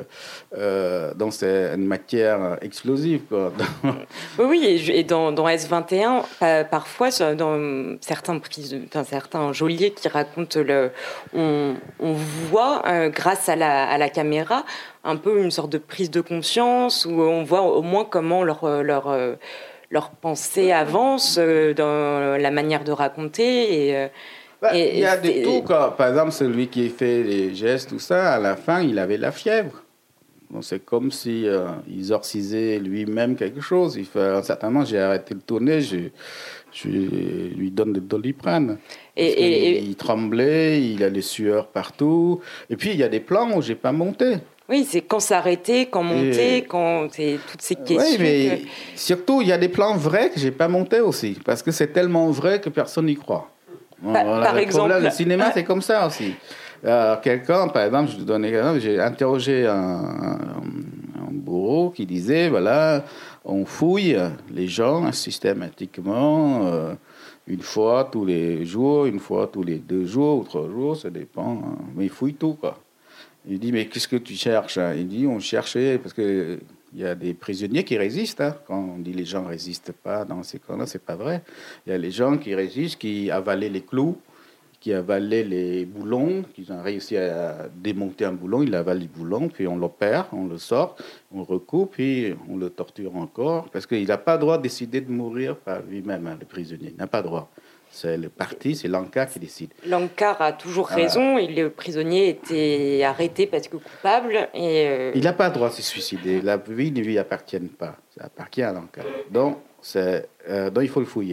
euh, donc, c'est une matière explosive, quoi. Oui, oui, et, et dans, dans S vingt et un, euh, parfois, dans certains, prises, enfin, certains geôliers qui racontent, le, on, on voit, euh, grâce à la, à la caméra, un peu une sorte de prise de conscience, où on voit au moins comment leur... leur euh, leur pensée avance euh, dans la manière de raconter. Et, euh, bah, et, il y a et, de tout, quoi. Par exemple, celui qui fait les gestes, tout ça, à la fin, il avait la fièvre. Donc, c'est comme si euh, il exorcisait lui-même quelque chose. Il fait, certainement, j'ai arrêté de tourner, je, je lui donne de Doliprane. Et, et, il, il tremblait, il a les sueurs partout. Et puis, il y a des plans où je n'ai pas monté. Oui, c'est quand s'arrêter, quand monter, et... quand c'est toutes ces questions. Oui, mais que... surtout, il y a des plans vrais que j'ai pas montés aussi, parce que c'est tellement vrai que personne n'y croit. Pa- voilà, par exemple, problème, le cinéma, c'est comme ça aussi. Euh, quelqu'un, par exemple, je vous donne un exemple, j'ai interrogé un, un, un bourreau qui disait, voilà, on fouille les gens systématiquement, euh, une fois tous les jours, une fois tous les deux jours ou trois jours, ça dépend, hein, mais il fouille tout, quoi. Il dit, mais qu'est-ce que tu cherches? Il dit, on cherchait, parce qu'il y a des prisonniers qui résistent. Hein. Quand on dit les gens ne résistent pas dans ces cas-là, ce n'est pas vrai. Il y a les gens qui résistent, qui avalaient les clous, qui avalaient les boulons, qui ont réussi à démonter un boulon, ils avalent les boulons, puis on l'opère, on le sort, on le recoupe, puis on le torture encore, parce qu'il n'a pas le droit de décider de mourir par lui-même, hein, le prisonnier. Il n'a pas le droit. C'est le parti, c'est l'Ankar qui décide. L'Ankar a toujours ah. raison. Et le prisonnier était arrêté parce que coupable. Et euh... il n'a pas le droit de se suicider. La vie ne lui appartient pas. Ça appartient à l'Ankar. Donc, c'est, euh, donc, il faut le fouiller.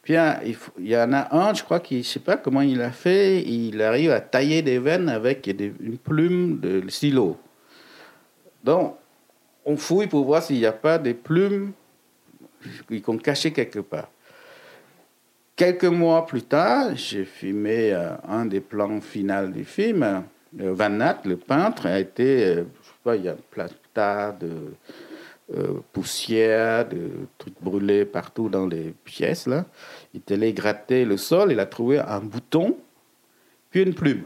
Puis il, faut, il y en a un, je crois, qui, je sais pas comment il a fait, il arrive à tailler des veines avec des, une plume de stylo. Donc, on fouille pour voir s'il n'y a pas des plumes qui sont cachées quelque part. Quelques mois plus tard, j'ai filmé euh, un des plans finaux du film. Euh, Van Nat, le peintre, a été, euh, je sais pas, il y a plein de tas de euh, poussière, de trucs brûlés partout dans les pièces, là. Il est allé gratter le sol, il a trouvé un bouton, puis une plume.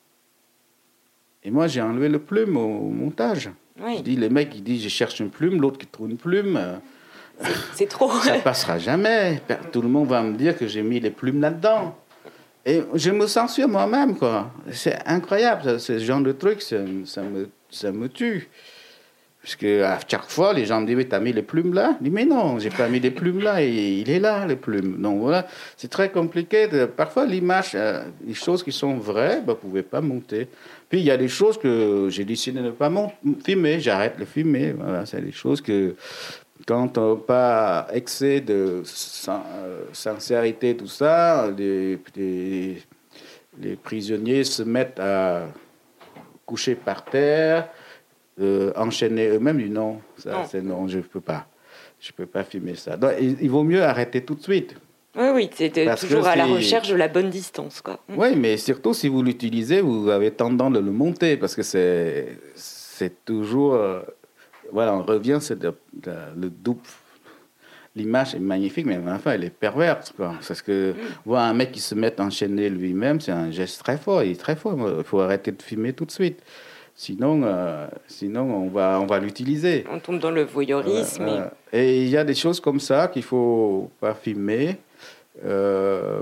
Et moi, j'ai enlevé le plume au, au montage. Oui. Je dis, les mecs, ils disent, je cherche une plume, l'autre qui trouve une plume. C'est, c'est trop. Ça passera jamais. Tout le monde va me dire que j'ai mis les plumes là-dedans. Et je me censure moi-même, quoi. C'est incroyable, ça, ce genre de truc, ça, ça, me, ça me tue. Parce qu'à chaque fois, les gens me disent, mais t'as mis les plumes là? Je dis, mais non, j'ai pas mis les plumes là, et il est là, les plumes. Donc voilà, c'est très compliqué. De, parfois, l'image, euh, les choses qui sont vraies, ben, vous pouvez pas monter. Puis il y a des choses que j'ai décidé de ne pas mont- filmer, j'arrête de filmer. Voilà, c'est des choses que, quand on n'a pas excès de sin- euh, sincérité, tout ça, les, les, les prisonniers se mettent à coucher par terre, euh, enchaîner eux-mêmes. Du non, ça, non. C'est non, je ne peux pas. Je peux pas filmer ça. Donc, il, il vaut mieux arrêter tout de suite. Oui, oui, c'était toujours à la recherche de la bonne distance, quoi. Oui, mais surtout si vous l'utilisez, vous avez tendance de le monter parce que c'est, c'est toujours. Euh, voilà, on revient, c'est de, de, le double. L'image est magnifique, mais enfin, elle est perverse, quoi. Parce que mm. voir un mec qui se met à enchaîner lui-même, c'est un geste très fort. Il est très fort. Il faut arrêter de filmer tout de suite. Sinon, euh, sinon on va, on va l'utiliser. On tombe dans le voyeurisme. Euh, euh, et il y a des choses comme ça qu'il ne faut pas filmer. Euh,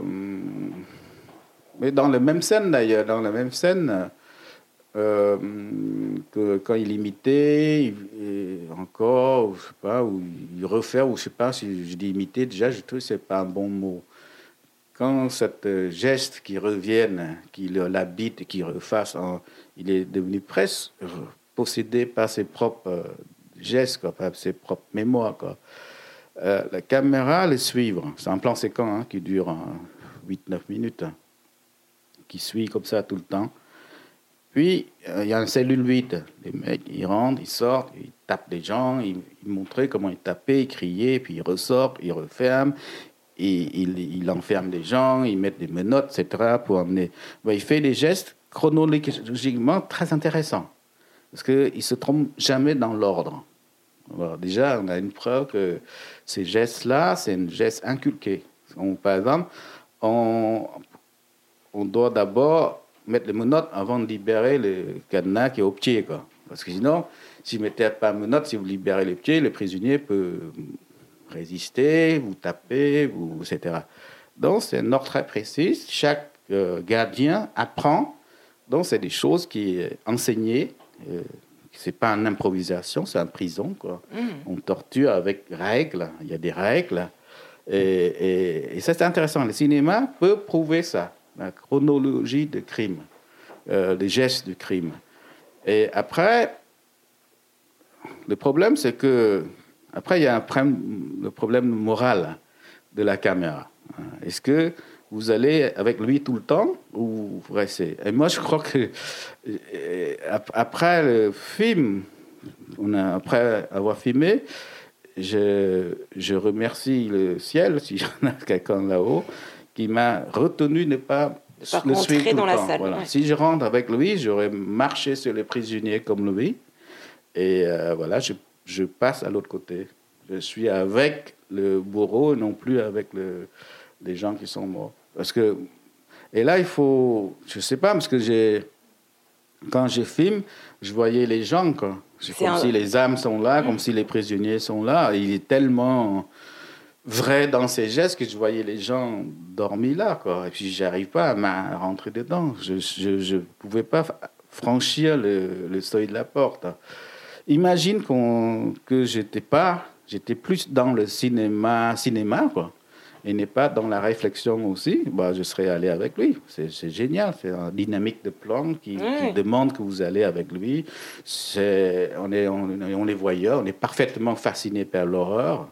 mais dans la même scène, d'ailleurs, dans la même scène, euh, que quand il imitait, il, il, encore, ou je sais pas, ou il refait, ou je sais pas, si je dis imiter, déjà, je trouve que c'est pas un bon mot. Quand cet geste qui revienne, qui l'habite et qui refasse, en, il est devenu presque possédé par ses propres gestes, quoi, par ses propres mémoires, quoi. Euh, la caméra le suivre. C'est un plan séquent hein, qui dure hein, huit neuf minutes, hein, qui suit comme ça tout le temps. Puis, euh, il y a une cellule vide. Les mecs, ils rentrent, ils sortent, ils tapent des gens, ils, ils montraient comment ils tapaient, ils criaient, puis ils ressortent, ils referment, et ils, ils enferment des gens, ils mettent des menottes, et cetera pour amener... Ben, il fait des gestes chronologiquement très intéressants, parce qu'il ne se trompe jamais dans l'ordre. Alors déjà, on a une preuve que ces gestes-là, c'est un geste inculqué. On, par exemple, on, on doit d'abord mettre les menottes avant de libérer le cadenas qui est au pied, quoi. Parce que sinon, si vous ne mettez pas de menottes, si vous libérez les pieds, le prisonnier peut résister, vous taper, vous, et cetera. Donc, c'est un ordre très précis. Chaque euh, gardien apprend. Donc, c'est des choses qui sont enseignées. Euh, c'est pas une improvisation, c'est une prison, quoi. Mmh. On torture avec règles, il y a des règles. Et, et, et ça, c'est intéressant. Le cinéma peut prouver ça, la chronologie de crime, euh, les gestes de crime. Et après, le problème, c'est que, après, il y a un problème, le problème moral de la caméra. Est-ce que vous allez avec lui tout le temps ou vous restez? Et moi, je crois que après le film, on a, après avoir filmé, je, je remercie le ciel, si j'en ai quelqu'un là-haut, qui m'a retenu de ne pas Par le suivre tout dans le la temps. salle. Voilà. Ouais. Si je rentre avec lui, j'aurais marché sur les prisonniers comme lui. Et euh, voilà, je, je passe à l'autre côté. Je suis avec le bourreau et non plus avec le, les gens qui sont morts. Parce que, et là, il faut, je ne sais pas, parce que j'ai, quand je filme, je voyais les gens, quoi. C'est, c'est comme un... si les âmes sont là, mmh. comme si les prisonniers sont là. Il est tellement vrai dans ses gestes que je voyais les gens dormis là, quoi. Et puis, je n'arrive pas à rentrer dedans. Je ne pouvais pas franchir le, le seuil de la porte. Imagine qu'on, que j'étais pas, j'étais plus dans le cinéma, cinéma, quoi. Et n'est pas dans la réflexion aussi, bah, je serais allé avec lui. C'est, c'est génial, c'est une dynamique de plan qui, oui. qui demande que vous allez avec lui. C'est, on, est, on, on est voyeur, on est parfaitement fasciné par l'horreur.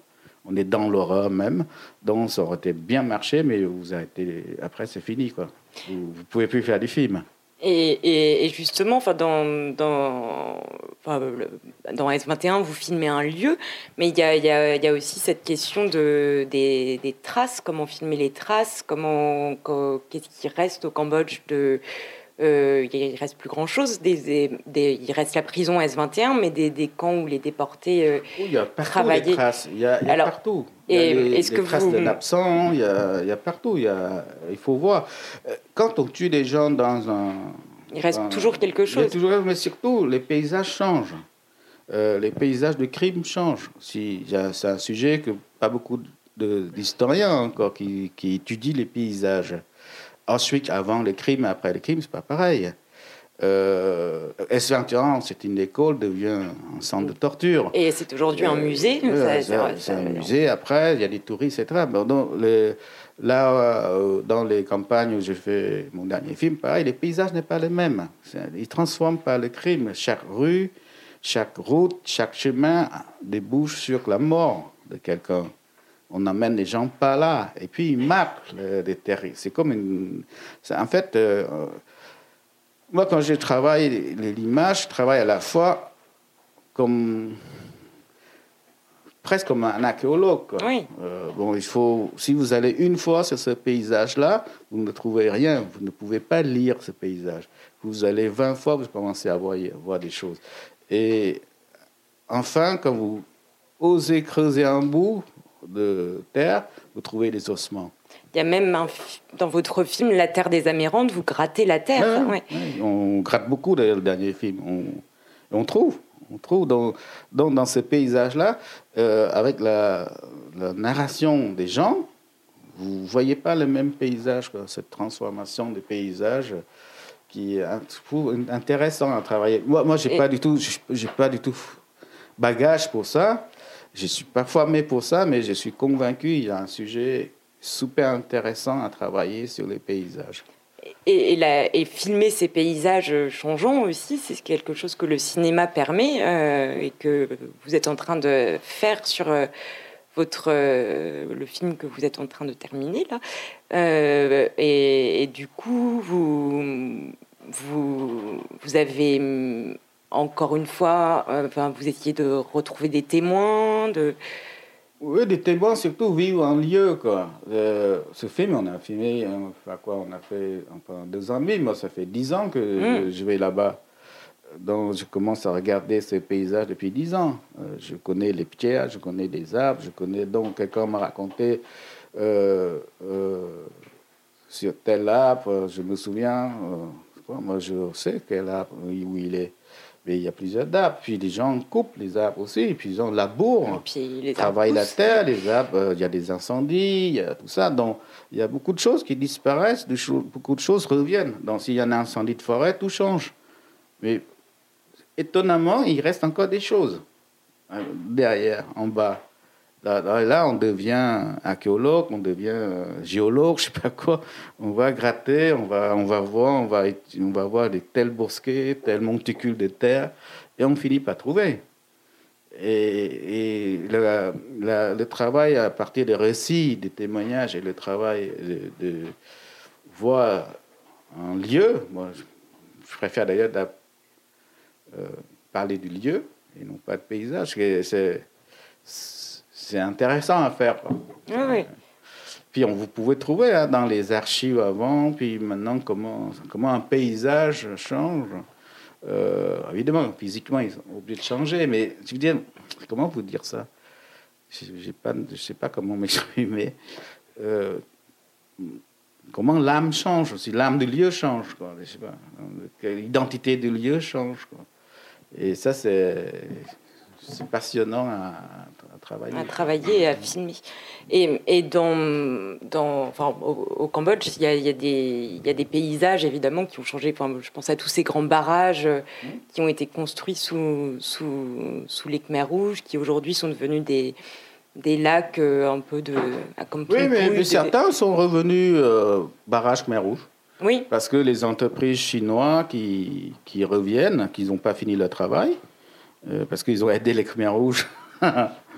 On est dans l'horreur même. Donc, ça aurait été bien marché, mais vous arrêtez. Après, c'est fini, quoi. Vous ne pouvez plus faire des films. Et, et, et justement, enfin, dans, dans, enfin, dans S vingt et un, vous filmez un lieu, mais il y a, il y a, il y a aussi cette question de, des, des traces, comment filmer les traces, comment, qu'est-ce qui reste au Cambodge de... Euh, il reste plus grand-chose. Des, des, des, il reste la prison S vingt et un, mais des, des camps où les déportés euh, oh, il y a partout travaillaient. Des traces. Il y a, il y a Alors, partout. Il y a et, les, est-ce les que traces vous... de l'absent. Il y a, il y a partout. Il, y a, il faut voir. Quand on tue des gens dans un... Il reste dans, toujours quelque chose. Il y a toujours, mais surtout, les paysages changent. Euh, les paysages de crime changent. Si, c'est un sujet que pas beaucoup de, d'historiens encore qui, qui étudient les paysages. Ensuite, avant le crime, après le crime, c'est pas pareil. Euh, S vingt et un, c'est une école, devient un centre de torture. Et c'est aujourd'hui euh, un musée. Euh, ça, c'est, ça, c'est un musée. Après, il y a des touristes, et cetera. Bon, donc, les, là, euh, dans les campagnes où j'ai fait mon dernier film, pareil, les paysages n'est pas les mêmes. C'est, ils transforment par le crime. Chaque rue, chaque route, chaque chemin débouche sur la mort de quelqu'un. On amène les gens pas là. Et puis, ils marquent les terres. C'est comme une... C'est, en fait, euh, moi, quand je travaille l'image, je travaille à la fois comme... presque comme un archéologue. Quoi. Oui. Euh, bon, il faut... Si vous allez une fois sur ce paysage-là, vous ne trouvez rien. Vous ne pouvez pas lire ce paysage. Vous allez vingt fois, vous commencez à voir, à voir des choses. Et enfin, quand vous osez creuser un bout de terre, vous trouvez des ossements. Il y a même un, dans votre film La Terre des Amérantes, vous grattez la terre. Ouais, ouais. Ouais, on gratte beaucoup dans le dernier film. On, on trouve, on trouve dans, dans, dans ces paysages-là, euh, avec la, la narration des gens, vous ne voyez pas le même paysage, quoi, cette transformation des paysages qui est intéressant à travailler. Moi, moi je n'ai pas du tout, j'ai pas du tout bagage pour ça. Je suis pas formé pour ça, mais je suis convaincu qu'il y a un sujet super intéressant à travailler sur les paysages. Et, et, la, et filmer ces paysages changeants aussi, c'est quelque chose que le cinéma permet euh, et que vous êtes en train de faire sur euh, votre, euh, le film que vous êtes en train de terminer là. Euh, et, et du coup, vous, vous, vous avez... Encore une fois, euh, enfin, vous essayez de retrouver des témoins, de... Oui, des témoins, surtout vivre en lieu, quoi. Euh, ce film, on a filmé, enfin, quoi, on a fait enfin, deux ans et demi, moi, ça fait dix ans que mmh. je, je vais là-bas. Donc, je commence à regarder ces paysages depuis dix ans. Euh, je connais les pierres, je connais les arbres, je connais... Donc, quelqu'un m'a raconté euh, euh, sur tel arbre, je me souviens, euh, moi, je sais quel arbre, où il est. Mais il y a plusieurs arbres, puis les gens coupent les arbres aussi, et puis ils ont labourent, ils travaillent la terre, les arbres, euh, il y a des incendies, il y a tout ça. Donc il y a beaucoup de choses qui disparaissent, de cho- beaucoup de choses reviennent. Donc s'il y a un incendie de forêt, tout change. Mais étonnamment, il reste encore des choses hein, derrière, en bas. Là, là, là, on devient archéologue, on devient euh, géologue, je sais pas quoi. On va gratter, on va, on va voir, on va, on va voir des tels bosquets, tels monticules de terre, et on finit par trouver. Et, et le, la, le travail à partir des récits, des témoignages, et le travail de, de voir un lieu, moi, je, je préfère d'ailleurs euh, parler du lieu et non pas de paysage. C'est, c'est, c'est intéressant à faire. Oui, oui. Puis on, vous pouvez trouver hein, dans les archives avant, puis maintenant comment, comment un paysage change. Euh, évidemment, physiquement, ils sont obligés de changer, mais je veux dire, comment vous dire ça? Je ne sais pas comment m'exprimer. Euh, comment l'âme change aussi, l'âme du lieu change, quoi. Je sais pas, l'identité du lieu change, quoi. Et ça, c'est, c'est passionnant à, à travailler. À travailler et à filmer. Et, et dans, dans, enfin, au, au Cambodge, il y a, il y a des, il y a des paysages, évidemment, qui ont changé. Enfin, je pense à tous ces grands barrages mmh. qui ont été construits sous, sous, sous les Khmers rouges, qui aujourd'hui sont devenus des, des lacs un peu de... Comme oui, mais, mais de... certains sont revenus euh, barrages Khmers rouges. Oui. Parce que les entreprises chinoises qui, qui reviennent, qui n'ont pas fini leur travail, euh, parce qu'ils ont aidé les Khmers rouges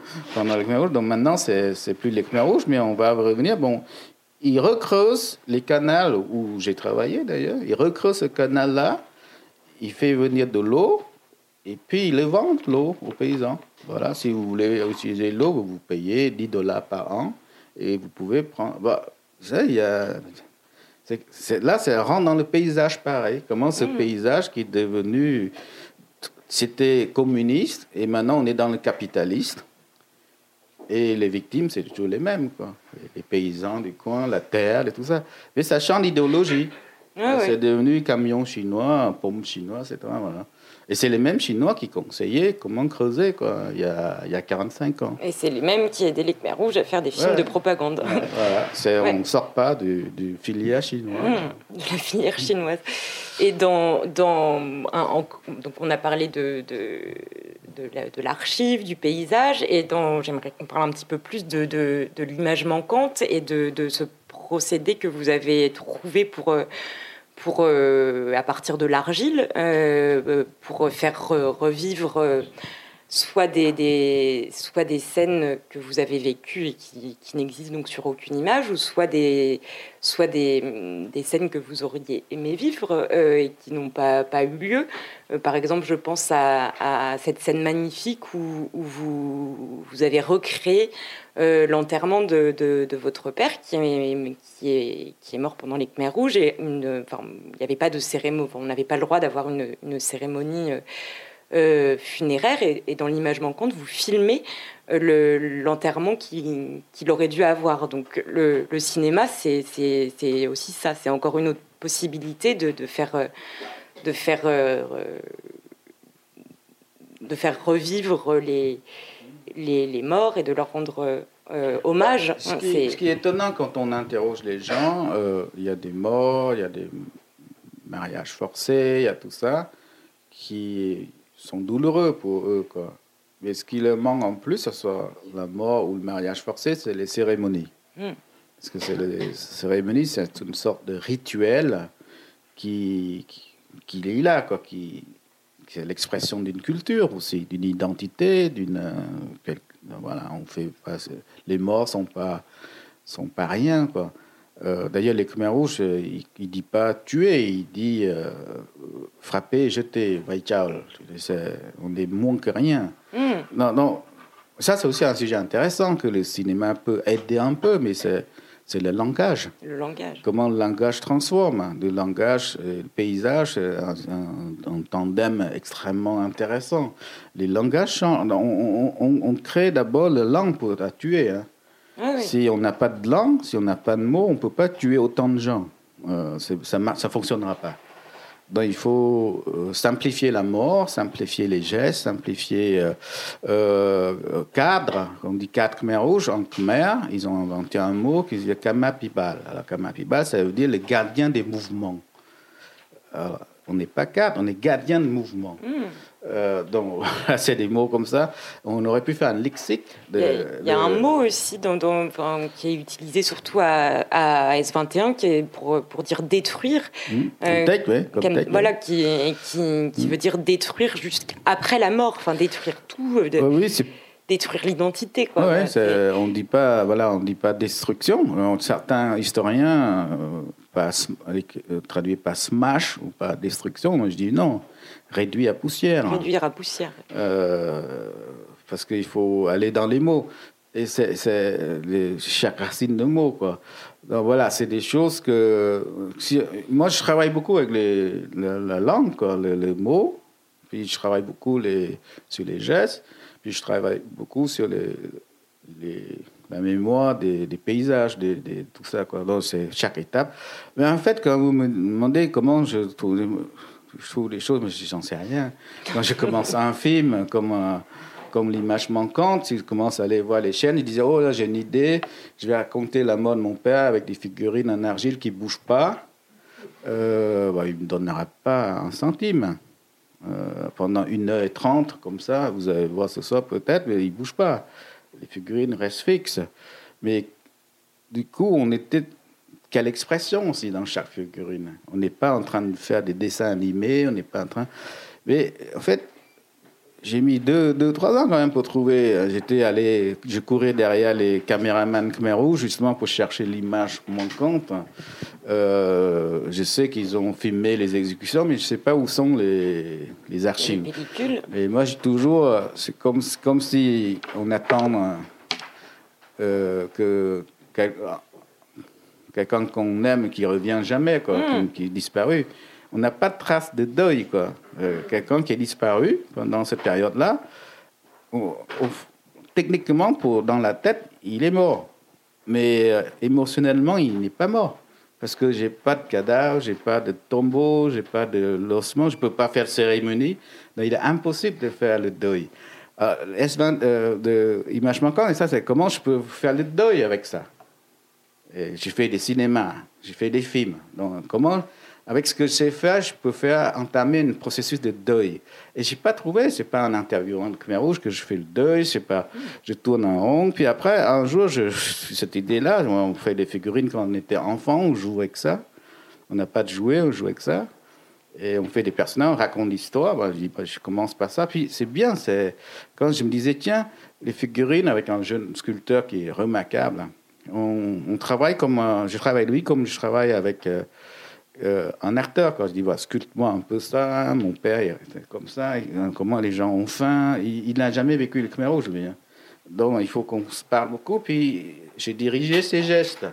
pendant les Khmers rouges. Donc maintenant, c'est, c'est plus les Khmers rouges, mais on va revenir. Bon, ils recreusent les canals où j'ai travaillé d'ailleurs. Ils recreusent ce canal-là. Ils font venir de l'eau et puis ils le vendent, l'eau, aux paysans. Voilà, si vous voulez utiliser l'eau, vous, vous payez dix dollars par an et vous pouvez prendre. Bah, ça, il y a. C'est, c'est, là, ça rentre dans le paysage pareil. Comment ce mmh. paysage qui est devenu. C'était communiste et maintenant on est dans le capitaliste. Et les victimes, c'est toujours les mêmes, quoi. Les paysans du coin, la terre et tout ça. Mais ça change d'idéologie. Ah, c'est oui. devenu camion chinois, pomme chinois, et cetera. Voilà. Et c'est les mêmes Chinois qui conseillaient comment creuser, quoi, il y a, il y a quarante-cinq ans. Et c'est les mêmes qui aidaient les Khmers rouges à faire des films ouais. de propagande. Ouais, voilà. C'est, ouais. On ne sort pas du, du filière chinois. Mmh, de la filière chinoise. Et dans, dans un, en, donc on a parlé de, de, de, la, de l'archive, du paysage, et dans, j'aimerais qu'on parle un petit peu plus de, de, de l'image manquante et de, de ce procédé que vous avez trouvé pour... pour euh, à partir de l'argile, euh, pour faire re- revivre euh, soit des, des, soit des scènes que vous avez vécues et qui, qui n'existent donc sur aucune image, ou soit des, soit des, des scènes que vous auriez aimé vivre euh, et qui n'ont pas, pas eu lieu. Euh, par exemple, je pense à, à cette scène magnifique où, où vous, vous avez recréé Euh, l'enterrement de, de, de votre père qui est, qui, est, qui est mort pendant les Khmers rouges, et une, enfin, il n'y avait pas de cérémonie, on n'avait pas le droit d'avoir une, une cérémonie euh, euh, funéraire, et, et dans l'image manquante vous filmez euh, le, l'enterrement qu'il, qu'il aurait dû avoir. Donc le, le cinéma c'est, c'est, c'est aussi ça, c'est encore une autre possibilité de, de faire, de faire, euh, de faire revivre les Les, les morts et de leur rendre euh, hommage. Ce qui, c'est... ce qui est étonnant quand on interroge les gens, euh, il y a des morts, il y a des mariages forcés, il y a tout ça, qui sont douloureux pour eux, quoi. Mais ce qui leur manque en plus, que ce soit la mort ou le mariage forcé, c'est les cérémonies. Mm. Parce que c'est les cérémonies, c'est une sorte de rituel qui, qui, qui est là, quoi, qui... c'est l'expression d'une culture aussi, d'une identité, d'une euh, voilà, on fait pas, les morts sont pas sont pas rien, quoi. Euh, d'ailleurs, les Khmers rouges, il, il dit pas tuer, il dit euh, frapper, jeter, on est moins que rien. Mm. Non, non, ça c'est aussi un sujet intéressant que le cinéma peut aider un peu, mais c'est C'est le langage. Le langage. Comment le langage transforme. Le langage, le paysage, un, un, un tandem extrêmement intéressant. Les langages changent. On, on, on crée d'abord la langue pour la tuer. Hein. Ah oui. Si on n'a pas de langue, si on n'a pas de mots, on ne peut pas tuer autant de gens. Euh, ça ne fonctionnera pas. Donc, il faut euh, simplifier la mort, simplifier les gestes, simplifier euh, euh, cadre. On dit cadre Khmer rouge. En Khmer, ils ont inventé un mot qui dit Kama Pibal. Alors, Kama Pibal, ça veut dire le gardien des mouvements. Alors, on n'est pas cadre, on est gardien de mouvement. Mm. Euh, donc, c'est des mots comme ça. On aurait pu faire un lexique. De, il y a, il y a de... un mot aussi dans, dans, enfin, qui est utilisé surtout à, à S vingt et un, qui est pour, pour dire détruire. Mmh. Euh, tech, ouais, comme comme, tech, voilà, ouais. qui, qui, qui mmh. veut dire détruire jusqu'après la mort, enfin détruire tout. De, ouais, oui, c'est... détruire l'identité, quoi. Ouais, ouais, c'est... On dit pas, voilà, on dit pas destruction. Certains historiens euh, pas, euh, traduisent pas smash ou pas destruction. Moi, je dis non. Réduit à poussière. Réduire à poussière. Euh, parce qu'il faut aller dans les mots. Et c'est, c'est les, chaque racine de mots, quoi. Donc voilà, c'est des choses que... Si, moi, je travaille beaucoup avec les, la, la langue, quoi, les, les mots. Puis je travaille beaucoup les, sur les gestes. Puis je travaille beaucoup sur les, les, la mémoire des, des paysages, des, des, tout ça, quoi. Donc c'est chaque étape. Mais en fait, quand vous me demandez comment je trouve... Je trouve les choses, mais j'en sais rien. Quand je commence un film, comme, euh, comme l'image manquante, si je commence à aller voir les chaînes, ils disaient, oh là, j'ai une idée, je vais raconter la mort de mon père avec des figurines en argile qui ne bougent pas. Euh, bah, il ne me donnera pas un centime. Euh, pendant une heure trente, comme ça, vous allez voir ce soir peut-être, mais ils ne bougent pas. Les figurines restent fixes. Mais du coup, on était... Quelle expression aussi dans chaque figurine. On n'est pas en train de faire des dessins animés, on n'est pas en train... Mais en fait, j'ai mis deux, deux, trois ans quand même pour trouver. J'étais allé, je courais derrière les caméramans Khmer Rouge justement pour chercher l'image manquante. Euh, je sais qu'ils ont filmé les exécutions, mais je ne sais pas où sont les, les archives. Les pellicules. Et moi, j'ai toujours, c'est comme, comme si on attend euh, que quel, quelqu'un qu'on aime qui revient jamais, quoi, mmh. qui, qui est disparu. On n'a pas de trace de deuil, quoi. Euh, quelqu'un qui est disparu pendant cette période-là, au, au, techniquement, pour, dans la tête, il est mort. Mais euh, émotionnellement, il n'est pas mort. Parce que j'ai pas de cadavre, j'ai pas de tombeau, j'ai pas de l'ossement, je peux pas faire cérémonie. Donc, il est impossible de faire le deuil. Euh, S vingt euh, de Image manquante, et ça, c'est comment je peux faire le deuil avec ça. Et j'ai fait des cinémas, j'ai fait des films. Donc, comment, avec ce que je sais faire, je peux faire entamer un processus de deuil. Et j'ai pas trouvé, c'est pas en interviewant le Khmer Rouge que je fais le deuil, c'est pas, je tourne en rond. Puis après, un jour, je, cette idée-là, on fait des figurines quand on était enfant, on joue avec ça. On n'a pas de jouets, on joue avec ça. Et on fait des personnages, on raconte l'histoire. Ben, je dis, ben, je commence par ça. Puis c'est bien, c'est quand je me disais, tiens, les figurines avec un jeune sculpteur qui est remarquable. On, on travaille comme, euh, je travaille avec lui comme je travaille avec euh, euh, un acteur. Quand je dis, bah, sculpte-moi un peu ça, mon père il était comme ça, il, comment les gens ont faim. Il n'a jamais vécu le Khmer Rouge, lui. Hein. Donc il faut qu'on se parle beaucoup. Puis j'ai dirigé ses gestes.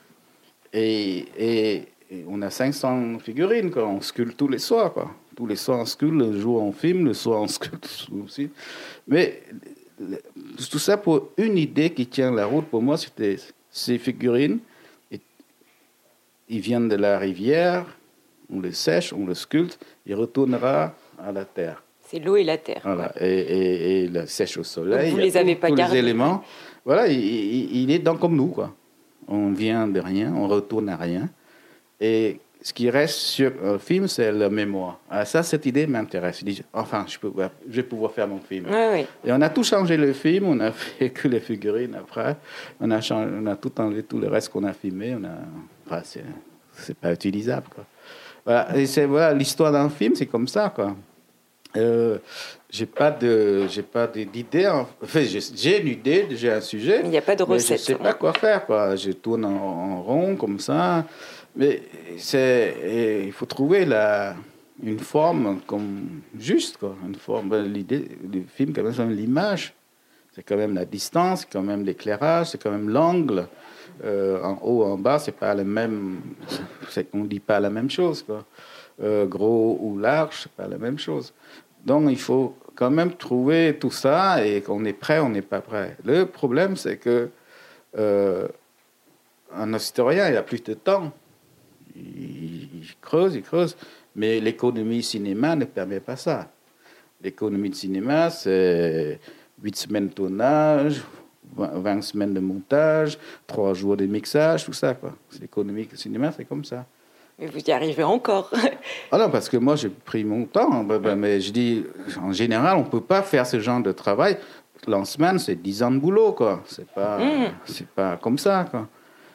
Et, et, et on a cinq cents figurines, quoi. On sculpte tous les soirs, quoi. Tous les soirs on sculpte, le jour on filme, le soir on sculpte aussi. Mais tout ça pour une idée qui tient la route pour moi, c'était ces figurines, et, ils viennent de la rivière, on les sèche, on les sculpte, il retournera à la terre. C'est l'eau et la terre. Voilà, et, et, et la sèche au soleil. Donc vous les avez tout, pas tous gardés. Les éléments. Voilà, il, il, il est dans comme nous, quoi. On vient de rien, on retourne à rien. Et ce qui reste sur un film, c'est la mémoire. Alors ça, cette idée m'intéresse. Je dis, enfin, je, peux, je vais pouvoir faire mon film. Oui, oui. Et on a tout changé le film, on a fait que les figurines après. On a, changé, on a tout enlevé, tout le reste qu'on a filmé. On a, enfin, c'est, c'est pas utilisable, quoi. Voilà, et c'est, voilà, l'histoire d'un film, c'est comme ça, quoi. Euh, j'ai pas de, j'ai pas d'idée. Enfin, j'ai, j'ai une idée, j'ai un sujet. Il n'y a pas de recette. Je sais pas quoi faire, quoi. Je tourne en, en rond comme ça. Mais c'est, il faut trouver la, une forme comme juste, quoi. Une forme. L'idée du film, quand même, c'est l'image. C'est quand même la distance, c'est quand même l'éclairage, c'est quand même l'angle. Euh, en haut, en bas, c'est pas le même. C'est, on dit pas la même chose, quoi. Euh, gros ou large, c'est pas la même chose. Donc, il faut quand même trouver tout ça et qu'on est prêt, on n'est pas prêt. Le problème, c'est que euh, un historien, il a plus de temps. Il, il creuse, il creuse, mais l'économie cinéma ne permet pas ça. L'économie de cinéma, c'est huit semaines de tournage, vingt semaines de montage, trois jours de mixage, tout ça, quoi. C'est l'économie du cinéma, c'est comme ça. Mais vous y arrivez encore. Ah non, parce que moi, j'ai pris mon temps. Mais je dis, en général, on ne peut pas faire ce genre de travail. Lancement, c'est dix ans de boulot, quoi. C'est pas, mmh. c'est pas comme ça, quoi.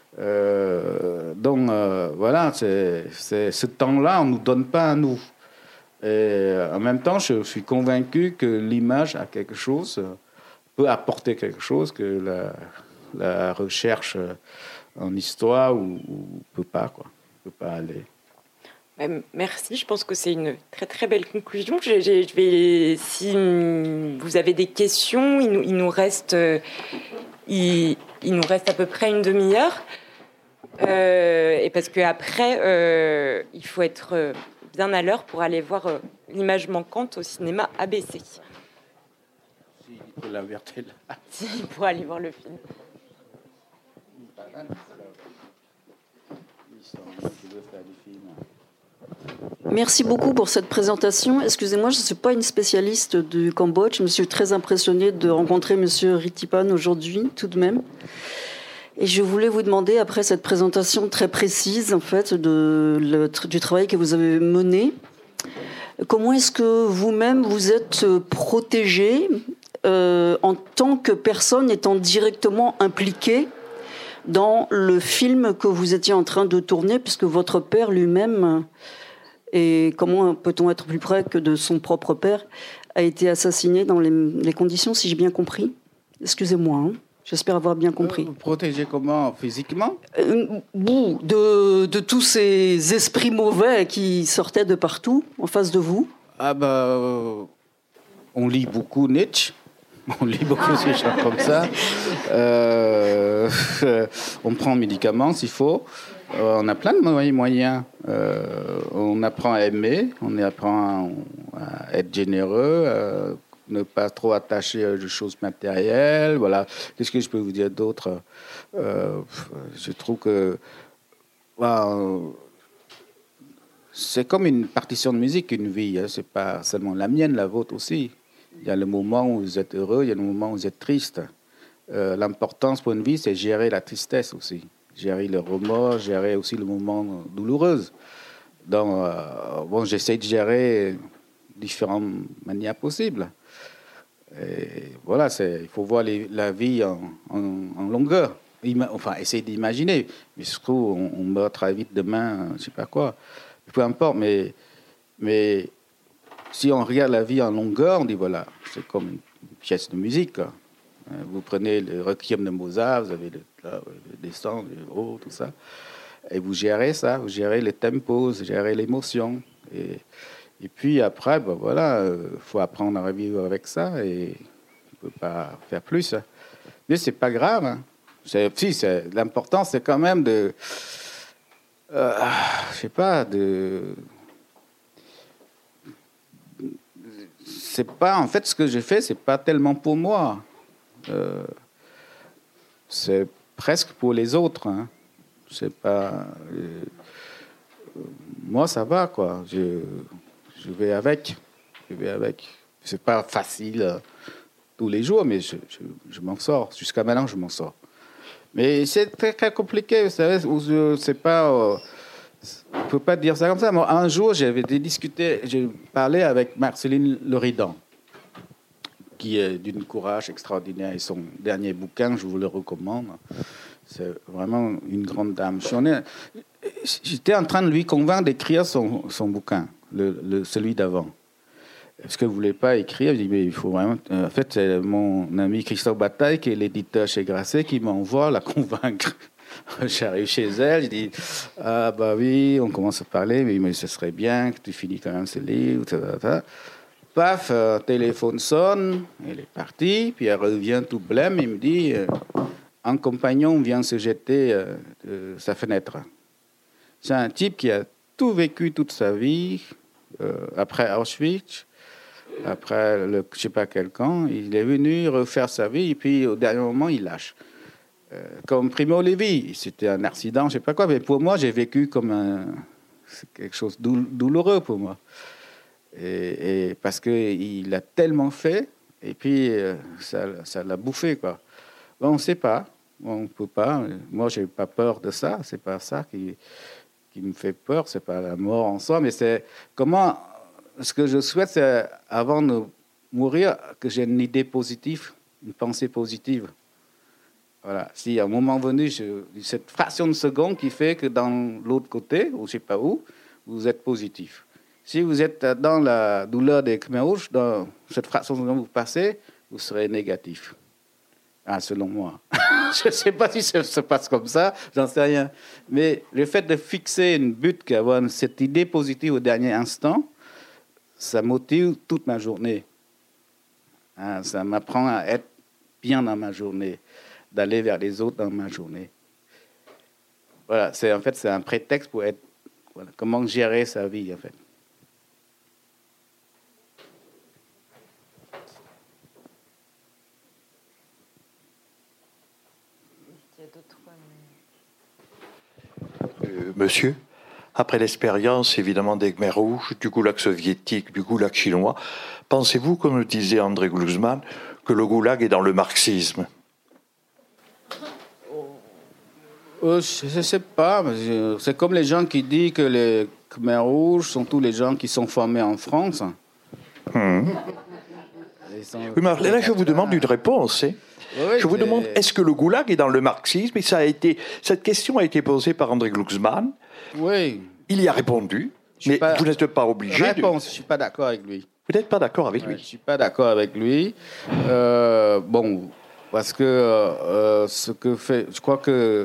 Euh, donc, euh, voilà, c'est, c'est, ce temps-là, on ne nous donne pas à nous. Et en même temps, je suis convaincu que l'image a quelque chose, peut apporter quelque chose que la, la recherche en histoire ou, ou peut pas, quoi. Peut pas aller. Merci, je pense que c'est une très très belle conclusion. Je, je, je vais, si vous avez des questions, il nous, il nous reste, il, il nous reste à peu près une demi-heure, euh, et parce que après, euh, il faut être bien à l'heure pour aller voir euh, l'image manquante au cinéma A B C. Si, il faut la verter là. Si, pour aller voir le film. Merci beaucoup pour cette présentation. Excusez-moi, je ne suis pas une spécialiste du Cambodge. Je me suis très impressionnée de rencontrer M. Rittipan aujourd'hui, tout de même. Et je voulais vous demander, après cette présentation très précise, en fait, de, le, du travail que vous avez mené, comment est-ce que vous-même vous êtes protégé euh, en tant que personne étant directement impliquée dans le film que vous étiez en train de tourner, puisque votre père lui-même, et comment peut-on être plus près que de son propre père, a été assassiné dans les, les conditions, si j'ai bien compris. Excusez-moi, hein. J'espère avoir bien compris. Euh, protéger comment? Physiquement? euh, de, de tous ces esprits mauvais qui sortaient de partout, en face de vous. Ah bah, euh, on lit beaucoup Nietzsche. On lit beaucoup ces choses comme ça. Euh, on prend médicaments s'il faut. Euh, on a plein de moyens. Euh, on apprend à aimer, on apprend à, à être généreux, à ne pas trop attacher à des choses matérielles. Voilà. Qu'est-ce que je peux vous dire d'autre? euh, Je trouve que well, c'est comme une partition de musique, une vie. Hein. C'est pas seulement la mienne, la vôtre aussi. Il y a le moment où vous êtes heureux, il y a le moment où vous êtes triste. Euh, l'importance pour une vie, c'est gérer la tristesse aussi. Gérer le remords, gérer aussi le moment douloureux. Donc, euh, bon, j'essaie de gérer différentes manières possibles. Et voilà, c'est, il faut voir les, la vie en, en, en longueur. Ima, enfin, essayer d'imaginer. Mais je trouve on, on meurt très vite demain, je ne sais pas quoi. Peu importe, mais... mais si on regarde la vie en longueur, on dit voilà, c'est comme une pièce de musique. Quoi. Vous prenez le requiem de Mozart, vous avez le, là, le descend, le haut, tout ça, et vous gérez ça, vous gérez les tempos, vous gérez l'émotion. Et, et puis après, ben voilà, il faut apprendre à vivre avec ça et on ne peut pas faire plus. Mais c'est pas grave. Hein. C'est, si, c'est, l'important, c'est quand même de, euh, je sais pas, de c'est pas, en fait, ce que je fais, c'est pas tellement pour moi. Euh, c'est presque pour les autres. Hein. C'est pas. Euh, moi, ça va, quoi. Je, je vais avec. Je vais avec. C'est pas facile euh, tous les jours, mais je, je, je m'en sors. Jusqu'à maintenant, je m'en sors. Mais c'est très, très compliqué, vous savez. C'est pas. Euh, on ne peut pas dire ça comme ça. Moi, un jour, j'avais discuté, j'ai parlé avec Marceline Leridan, qui est d'une courage extraordinaire. Et son dernier bouquin, je vous le recommande. C'est vraiment une grande dame. J'étais en train de lui convaincre d'écrire son, son bouquin, le, le, celui d'avant. Est-ce que vous ne voulez pas écrire? Je dis, mais il faut vraiment... En fait, c'est mon ami Christophe Bataille, qui est l'éditeur chez Grasset, qui m'envoie la convaincre. J'arrive chez elle, je dis ah bah oui, on commence à parler, mais, mais ce serait bien que tu finis quand même ce livre. Ta, ta, ta. Paf, euh, téléphone sonne, elle est partie, puis elle revient tout blême, il me dit euh, un compagnon vient se jeter euh, de sa fenêtre. C'est un type qui a tout vécu toute sa vie, euh, après Auschwitz, après le je sais pas quel camp, il est venu refaire sa vie, et puis au dernier moment, il lâche. Euh, comme Primo Levi, c'était un accident, je sais pas quoi, mais pour moi, j'ai vécu comme un, c'est quelque chose de douloureux pour moi. Et, et parce qu'il a tellement fait, et puis euh, ça, ça l'a bouffé, quoi. Bon, on ne sait pas, on ne peut pas. Moi, j'ai pas peur de ça, c'est pas ça qui, qui me fait peur, c'est pas la mort en soi, mais c'est comment. Ce que je souhaite, c'est avant de mourir, que j'ai une idée positive, une pensée positive. Voilà. Si à un moment venu, je, cette fraction de seconde qui fait que dans l'autre côté, ou je ne sais pas où, vous êtes positif. Si vous êtes dans la douleur des Khmers rouges, dans cette fraction de seconde que vous passez, vous serez négatif. Ah, selon moi. Je ne sais pas si ça se passe comme ça, j'en sais rien. Mais le fait de fixer une but, d'avoir cette idée positive au dernier instant, ça motive toute ma journée. Ah, ça m'apprend à être bien dans ma journée, d'aller vers les autres dans ma journée. Voilà, c'est, en fait, c'est un prétexte pour être... Voilà, comment gérer sa vie, en fait. Euh, monsieur, après l'expérience évidemment des Khmers rouges, du goulag soviétique, du goulag chinois, pensez-vous, comme le disait André Glusman, que le goulag est dans le marxisme? euh, Je ne sais pas. C'est comme les gens qui disent que les Khmers rouges sont tous les gens qui sont formés en France. Mmh. Sont... Oui, mais là, je vous demande une réponse. Hein. Oui, je vous mais... demande, est-ce que le goulag est dans le marxisme? Et ça a été, cette question a été posée par André Glucksmann. Oui. Il y a répondu, mais pas... vous n'êtes pas obligé. Réponse, de... je ne suis pas d'accord avec lui. Vous n'êtes pas d'accord avec lui? Ouais, je ne suis pas d'accord avec lui. Euh, bon, parce que euh, ce que fait... Je crois que...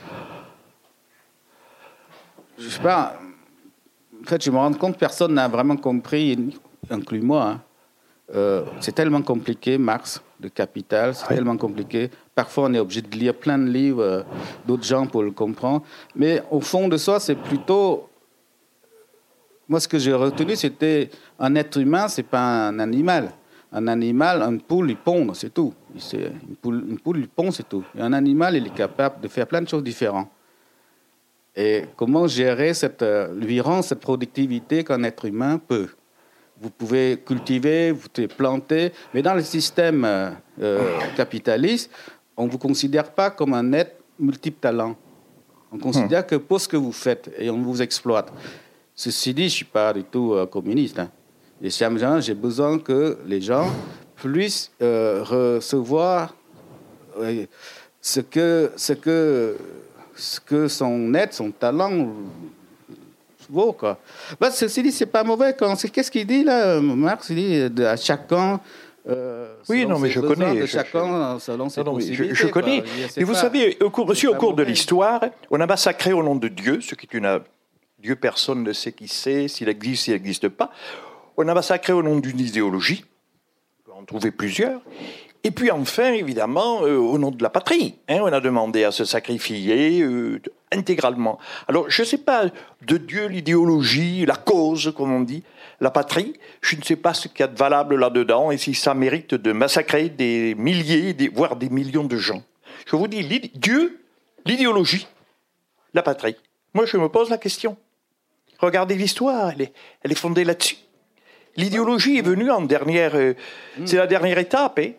Je sais pas... En fait, je me rends compte que personne n'a vraiment compris, inclus moi. Hein. Euh, c'est tellement compliqué, Marx, le Capital, c'est oui. tellement compliqué. Parfois, on est obligé de lire plein de livres euh, d'autres gens pour le comprendre. Mais au fond de soi, c'est plutôt... Moi, ce que j'ai retenu, c'était un être humain, c'est pas un animal. Un animal, une poule, il pond, c'est tout. C'est une poule, une poule, il pond, c'est tout. Et un animal, il est capable de faire plein de choses différentes. Et comment gérer cette, lui rendre cette productivité qu'un être humain peut. Vous pouvez cultiver, vous pouvez planter, mais dans le système euh, capitaliste, on ne vous considère pas comme un être multiple talent. On considère hum. que pour ce que vous faites, et on vous exploite. Ceci dit, je ne suis pas du tout euh, communiste. Hein. Et j'ai besoin que les gens puissent euh, recevoir euh, ce que... Ce que ce que son être, son talent vaut, quoi. Bah, ceci dit, c'est pas mauvais. Quand qu'est-ce qu'il dit, là, Marx? Il dit à chacun... Euh, oui, non, mais je connais. De je, chacun, selon ses non, non, possibilités. Je, je connais. Et vous pas, savez, au cours, aussi au cours mauvais. de l'histoire, on a massacré au nom de Dieu, ce qui est une... Dieu, personne ne sait qui c'est, s'il existe, s'il n'existe pas. On a massacré au nom d'une idéologie. On peut en trouver plusieurs. Et puis enfin, évidemment, euh, au nom de la patrie, hein, on a demandé à se sacrifier euh, intégralement. Alors, je ne sais pas de Dieu, l'idéologie, la cause, comme on dit, la patrie, je ne sais pas ce qu'il y a de valable là-dedans et si ça mérite de massacrer des milliers, des, voire des millions de gens. Je vous dis, Dieu, l'idéologie, la patrie. Moi, je me pose la question. Regardez l'histoire, elle est, elle est fondée là-dessus. L'idéologie est venue en dernière... Euh, mmh. C'est la dernière étape, hein.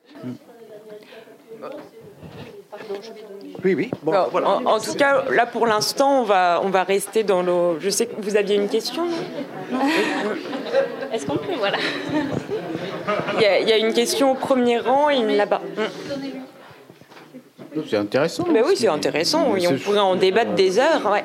Oui, oui. Bon, Alors, voilà. en, en tout cas, là, pour l'instant, on va, on va rester dans le... Je sais que vous aviez une question, non, non. Est-ce qu'on peut, voilà. Il y, a, il y a une question au premier rang et une là-bas. C'est intéressant. Mais oui, c'est intéressant. Oui, on pourrait en débattre des heures. Ouais.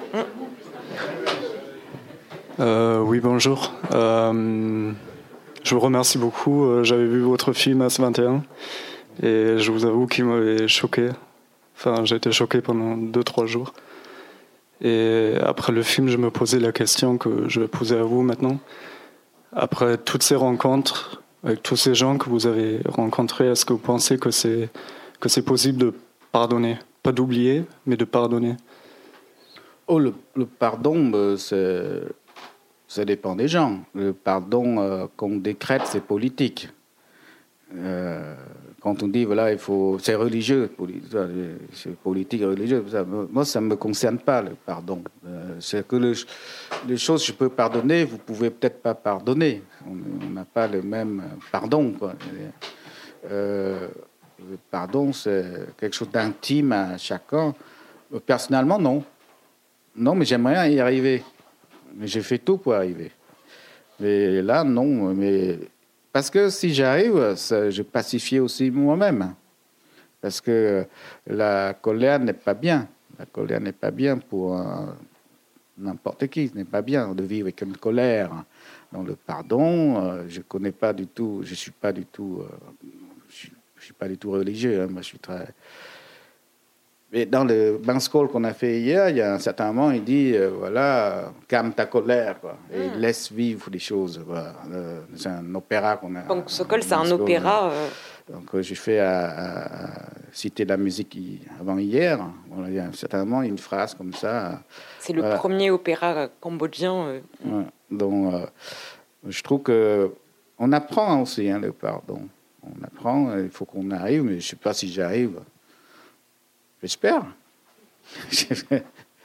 Euh, oui, bonjour. Euh, je vous remercie beaucoup. J'avais vu votre film A S vingt et un et je vous avoue qu'il m'avait choqué. Enfin, j'ai été choqué pendant deux trois jours. Et après le film, je me posais la question que je vais poser à vous maintenant. Après toutes ces rencontres, avec tous ces gens que vous avez rencontrés, est-ce que vous pensez que c'est, que c'est possible de pardonner? Pas d'oublier, mais de pardonner. Oh, le, le pardon, euh, c'est, ça dépend des gens. Le pardon euh, qu'on décrète, c'est politique. Euh, quand on dit, voilà, il faut, c'est religieux, c'est politique et religieux. Ça, moi, ça ne me concerne pas, le pardon. Euh, c'est que le, les choses que je peux pardonner, vous ne pouvez peut-être pas pardonner. On n'a pas le même pardon, quoi. Euh, le pardon, c'est quelque chose d'intime à chacun. Personnellement, non. Non, mais j'aimerais y arriver. Mais j'ai fait tout pour arriver. Mais là, non. Mais parce que si j'arrive, ça, je pacifie aussi moi-même. Parce que la colère n'est pas bien. La colère n'est pas bien pour un, n'importe qui. Ce n'est pas bien de vivre avec une colère. Dans le pardon, je connais pas du tout. Je suis pas du tout. Je, je suis pas du tout religieux. Hein. Moi, je suis très. Mais dans le Banskol qu'on a fait hier, il y a un certain moment, il dit, euh, voilà, calme ta colère, quoi, et mmh. laisse vivre les choses. Voilà. Euh, c'est un opéra qu'on a. Donc Sokol, c'est un opéra. Euh... Donc euh, j'ai fait à, à, à citer la musique avant hier. Voilà, il y a un certain moment, une phrase comme ça. C'est le voilà. premier opéra cambodgien. Euh... Ouais. Donc euh, je trouve que on apprend aussi hein, le pardon. On apprend, il faut qu'on arrive, mais je ne sais pas si j'arrive. J'espère. Il y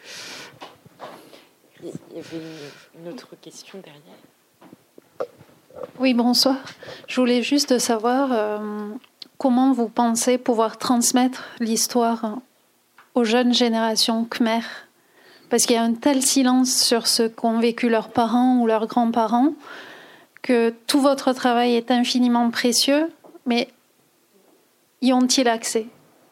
avait une, une autre question derrière. Oui, bonsoir. Je voulais juste savoir euh, comment vous pensez pouvoir transmettre l'histoire aux jeunes générations khmer. Parce qu'il y a un tel silence sur ce qu'ont vécu leurs parents ou leurs grands-parents que tout votre travail est infiniment précieux, mais y ont-ils accès ?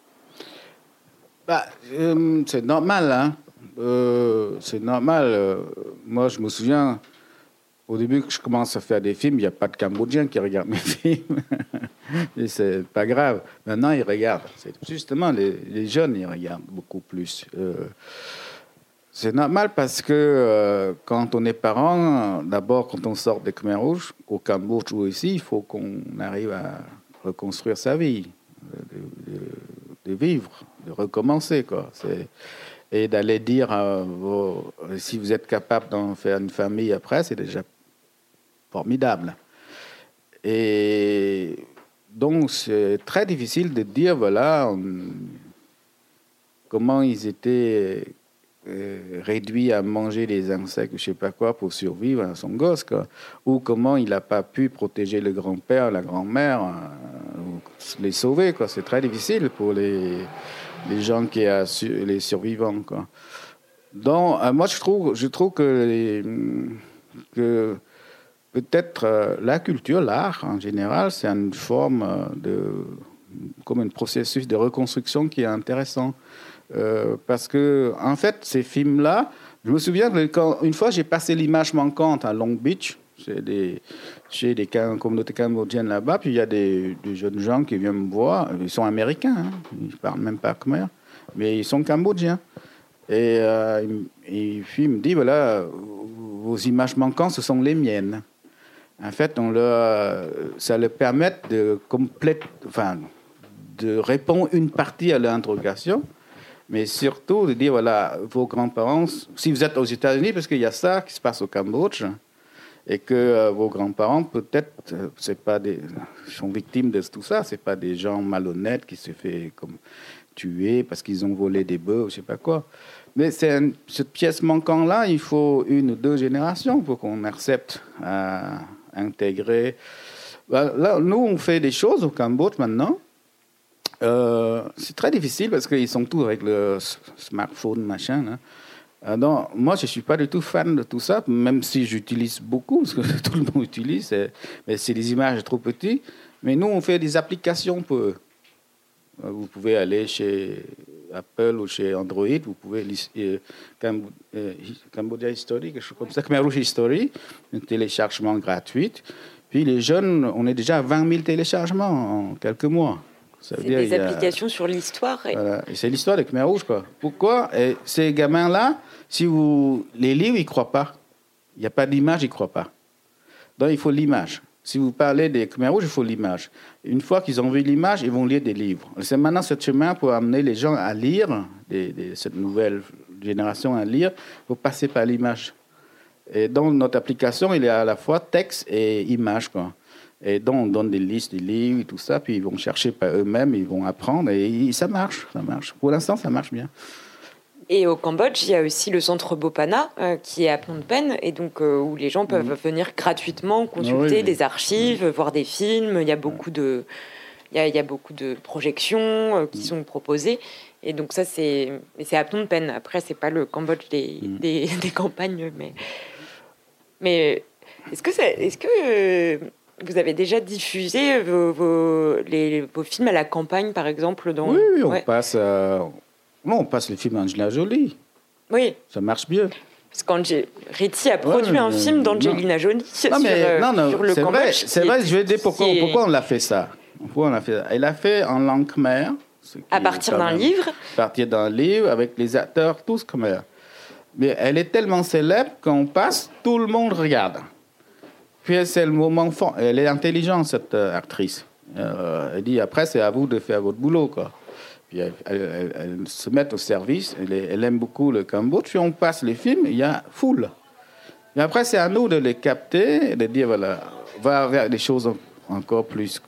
Bah, euh, c'est normal, hein. Euh, c'est normal. Euh, moi, je me souviens, au début que je commence à faire des films, il n'y a pas de Cambodgiens qui regardent mes films. Et c'est pas grave. Maintenant, ils regardent. C'est justement, les, les jeunes, ils regardent beaucoup plus. Euh, c'est normal parce que euh, quand on est parent, d'abord, quand on sort des Khmer Rouges, au Cambodge ou ici, il faut qu'on arrive à reconstruire sa vie, de, de, de vivre, de recommencer, quoi. C'est... Et d'aller dire, euh, vos, si vous êtes capable d'en faire une famille après, c'est déjà formidable. Et donc, c'est très difficile de dire, voilà, on, comment ils étaient euh, réduits à manger des insectes, je ne sais pas quoi, pour survivre à son gosse, quoi. Ou comment il n'a pas pu protéger le grand-père, la grand-mère, euh, les sauver, quoi. C'est très difficile pour les... les gens qui assurent, les survivants, quoi. Donc, euh, moi, je trouve, je trouve que, les, que peut-être euh, la culture, l'art en général, c'est une forme euh, de, comme un processus de reconstruction qui est intéressant. Euh, parce que, en fait, ces films-là, je me souviens que quand, une fois, j'ai passé l'image manquante à Long Beach, chez des, chez des communautés cambodgiennes là-bas, puis il y a des, des jeunes gens qui viennent me voir, ils sont américains, hein, ils ne parlent même pas khmer, mais ils sont cambodgiens. Et, euh, et puis il me dit, voilà, vos images manquantes, ce sont les miennes. En fait, on leur, ça leur permet de, complète, enfin, de répondre une partie à l'interrogation, mais surtout de dire, voilà, vos grands-parents, si vous êtes aux États-Unis, parce qu'il y a ça qui se passe au Cambodge, et que euh, vos grands-parents, peut-être, euh, c'est pas des, sont victimes de tout ça. C'est pas des gens malhonnêtes qui se font comme tuer parce qu'ils ont volé des bœufs ou je sais pas quoi. Mais c'est une, cette pièce manquante-là, il faut une ou deux générations pour qu'on accepte à intégrer. Là, nous, on fait des choses au Cambodge maintenant. Euh, c'est très difficile parce qu'ils sont tous avec le smartphone, machin, là. Donc, moi, je ne suis pas du tout fan de tout ça, même si j'utilise beaucoup, parce que tout le monde utilise, mais c'est des images trop petites. Mais nous, on fait des applications pour eux. Vous pouvez aller chez Apple ou chez Android, vous pouvez euh, Cambodia History, quelque chose comme ça, Khmer Rouge History, un téléchargement gratuit. Puis les jeunes, on est déjà à vingt mille téléchargements en quelques mois. Ça veut c'est dire, des applications a... sur l'histoire. Et... Voilà. Et c'est l'histoire des Khmer Rouges, quoi. Pourquoi? Et ces gamins-là, si vous les livres, ils ne croient pas. Il n'y a pas d'image, ils ne croient pas. Donc, il faut l'image. Si vous parlez des Khmer Rouges, il faut l'image. Une fois qu'ils ont vu l'image, ils vont lire des livres. C'est maintenant ce chemin pour amener les gens à lire, des, des, cette nouvelle génération à lire, il faut passer par l'image. Et donc, notre application, il est à la fois texte et image, quoi. Et donc, on donne des listes de livres et tout ça, puis ils vont chercher par eux-mêmes, ils vont apprendre, et ça marche, ça marche. Pour l'instant, ça marche bien. Et au Cambodge, il y a aussi le centre Bopana, euh, qui est à Phnom Penh, et donc euh, où les gens peuvent mmh. venir gratuitement consulter oui, des archives, mmh. voir des films. Il y a beaucoup de, il y a, il y a beaucoup de projections euh, qui mmh. sont proposées. Et donc ça, c'est, mais c'est à Phnom Penh. Après, c'est pas le Cambodge des, mmh. des, des campagnes, mais, mais est-ce que, ça, est-ce que euh, vous avez déjà diffusé vos, vos, les, vos films à la campagne, par exemple dans... Oui, oui, on ouais. passe... Euh... Non, on passe les films d'Angelina Jolie. Oui. Ça marche bien. Parce qu'Ritty a produit ouais, un euh, film d'Angelina Jolie sur, non, mais, non, non, sur le c'est Cambodge. Vrai, c'est vrai, je vais dire pourquoi, pourquoi on l'a fait ça. Pourquoi on l'a fait ça. Elle l'a fait en langue khmer. À partir d'un livre. À partir d'un livre, avec les acteurs tous khmer. Mais elle est tellement célèbre qu'on passe, tout le monde regarde. Puis c'est le moment fort. Elle est intelligente, cette euh, actrice. Euh, elle dit, après, c'est à vous de faire votre boulot, quoi. Puis elle, elle, elle, elle se met au service, elle, elle aime beaucoup le Cambodge, puis on passe les films, il y a foule. Et après, c'est à nous de les capter, de dire, voilà, va vers des choses encore plus...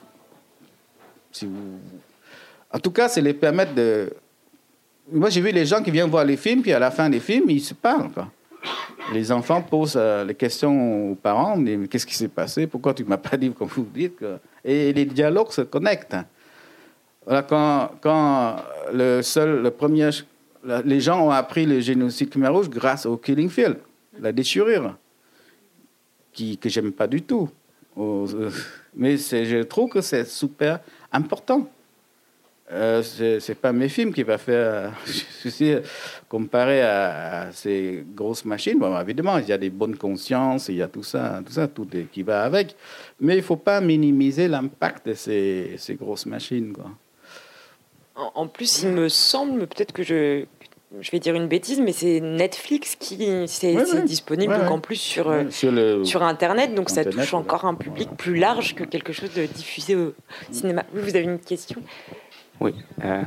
Si vous... En tout cas, c'est les permettre de... Moi, j'ai vu les gens qui viennent voir les films, puis à la fin des films, ils se parlent, quoi. Les enfants posent euh, les questions aux parents, mais qu'est-ce qui s'est passé? Pourquoi tu ne m'as pas dit comme vous dites que... Et les dialogues se connectent. Voilà, quand, quand le seul, le premier, les gens ont appris le génocide Khmer Rouge grâce au Killing Field, la déchirure, qui, que j'aime pas du tout. Mais c'est, je trouve que c'est super important. Euh, c'est, c'est pas mes films qui va faire. Ceci, comparé à, à ces grosses machines, bon, évidemment, il y a des bonnes consciences, il y a tout ça, tout ça, tout est, qui va avec. Mais il faut pas minimiser l'impact de ces, ces grosses machines, quoi. En, en plus, il me semble, peut-être que je, je vais dire une bêtise, mais c'est Netflix qui c'est, ouais, c'est ouais. disponible, ouais, donc ouais. en plus sur Ouais, sur, le, sur Internet, donc Internet, ça touche encore un public voilà. plus large que quelque chose de diffusé au cinéma. Oui, vous avez une question? Oui. Euh...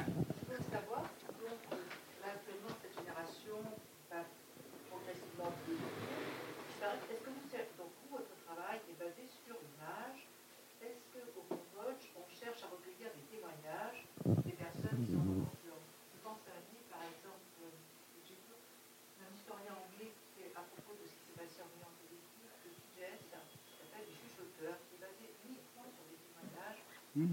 Mmh.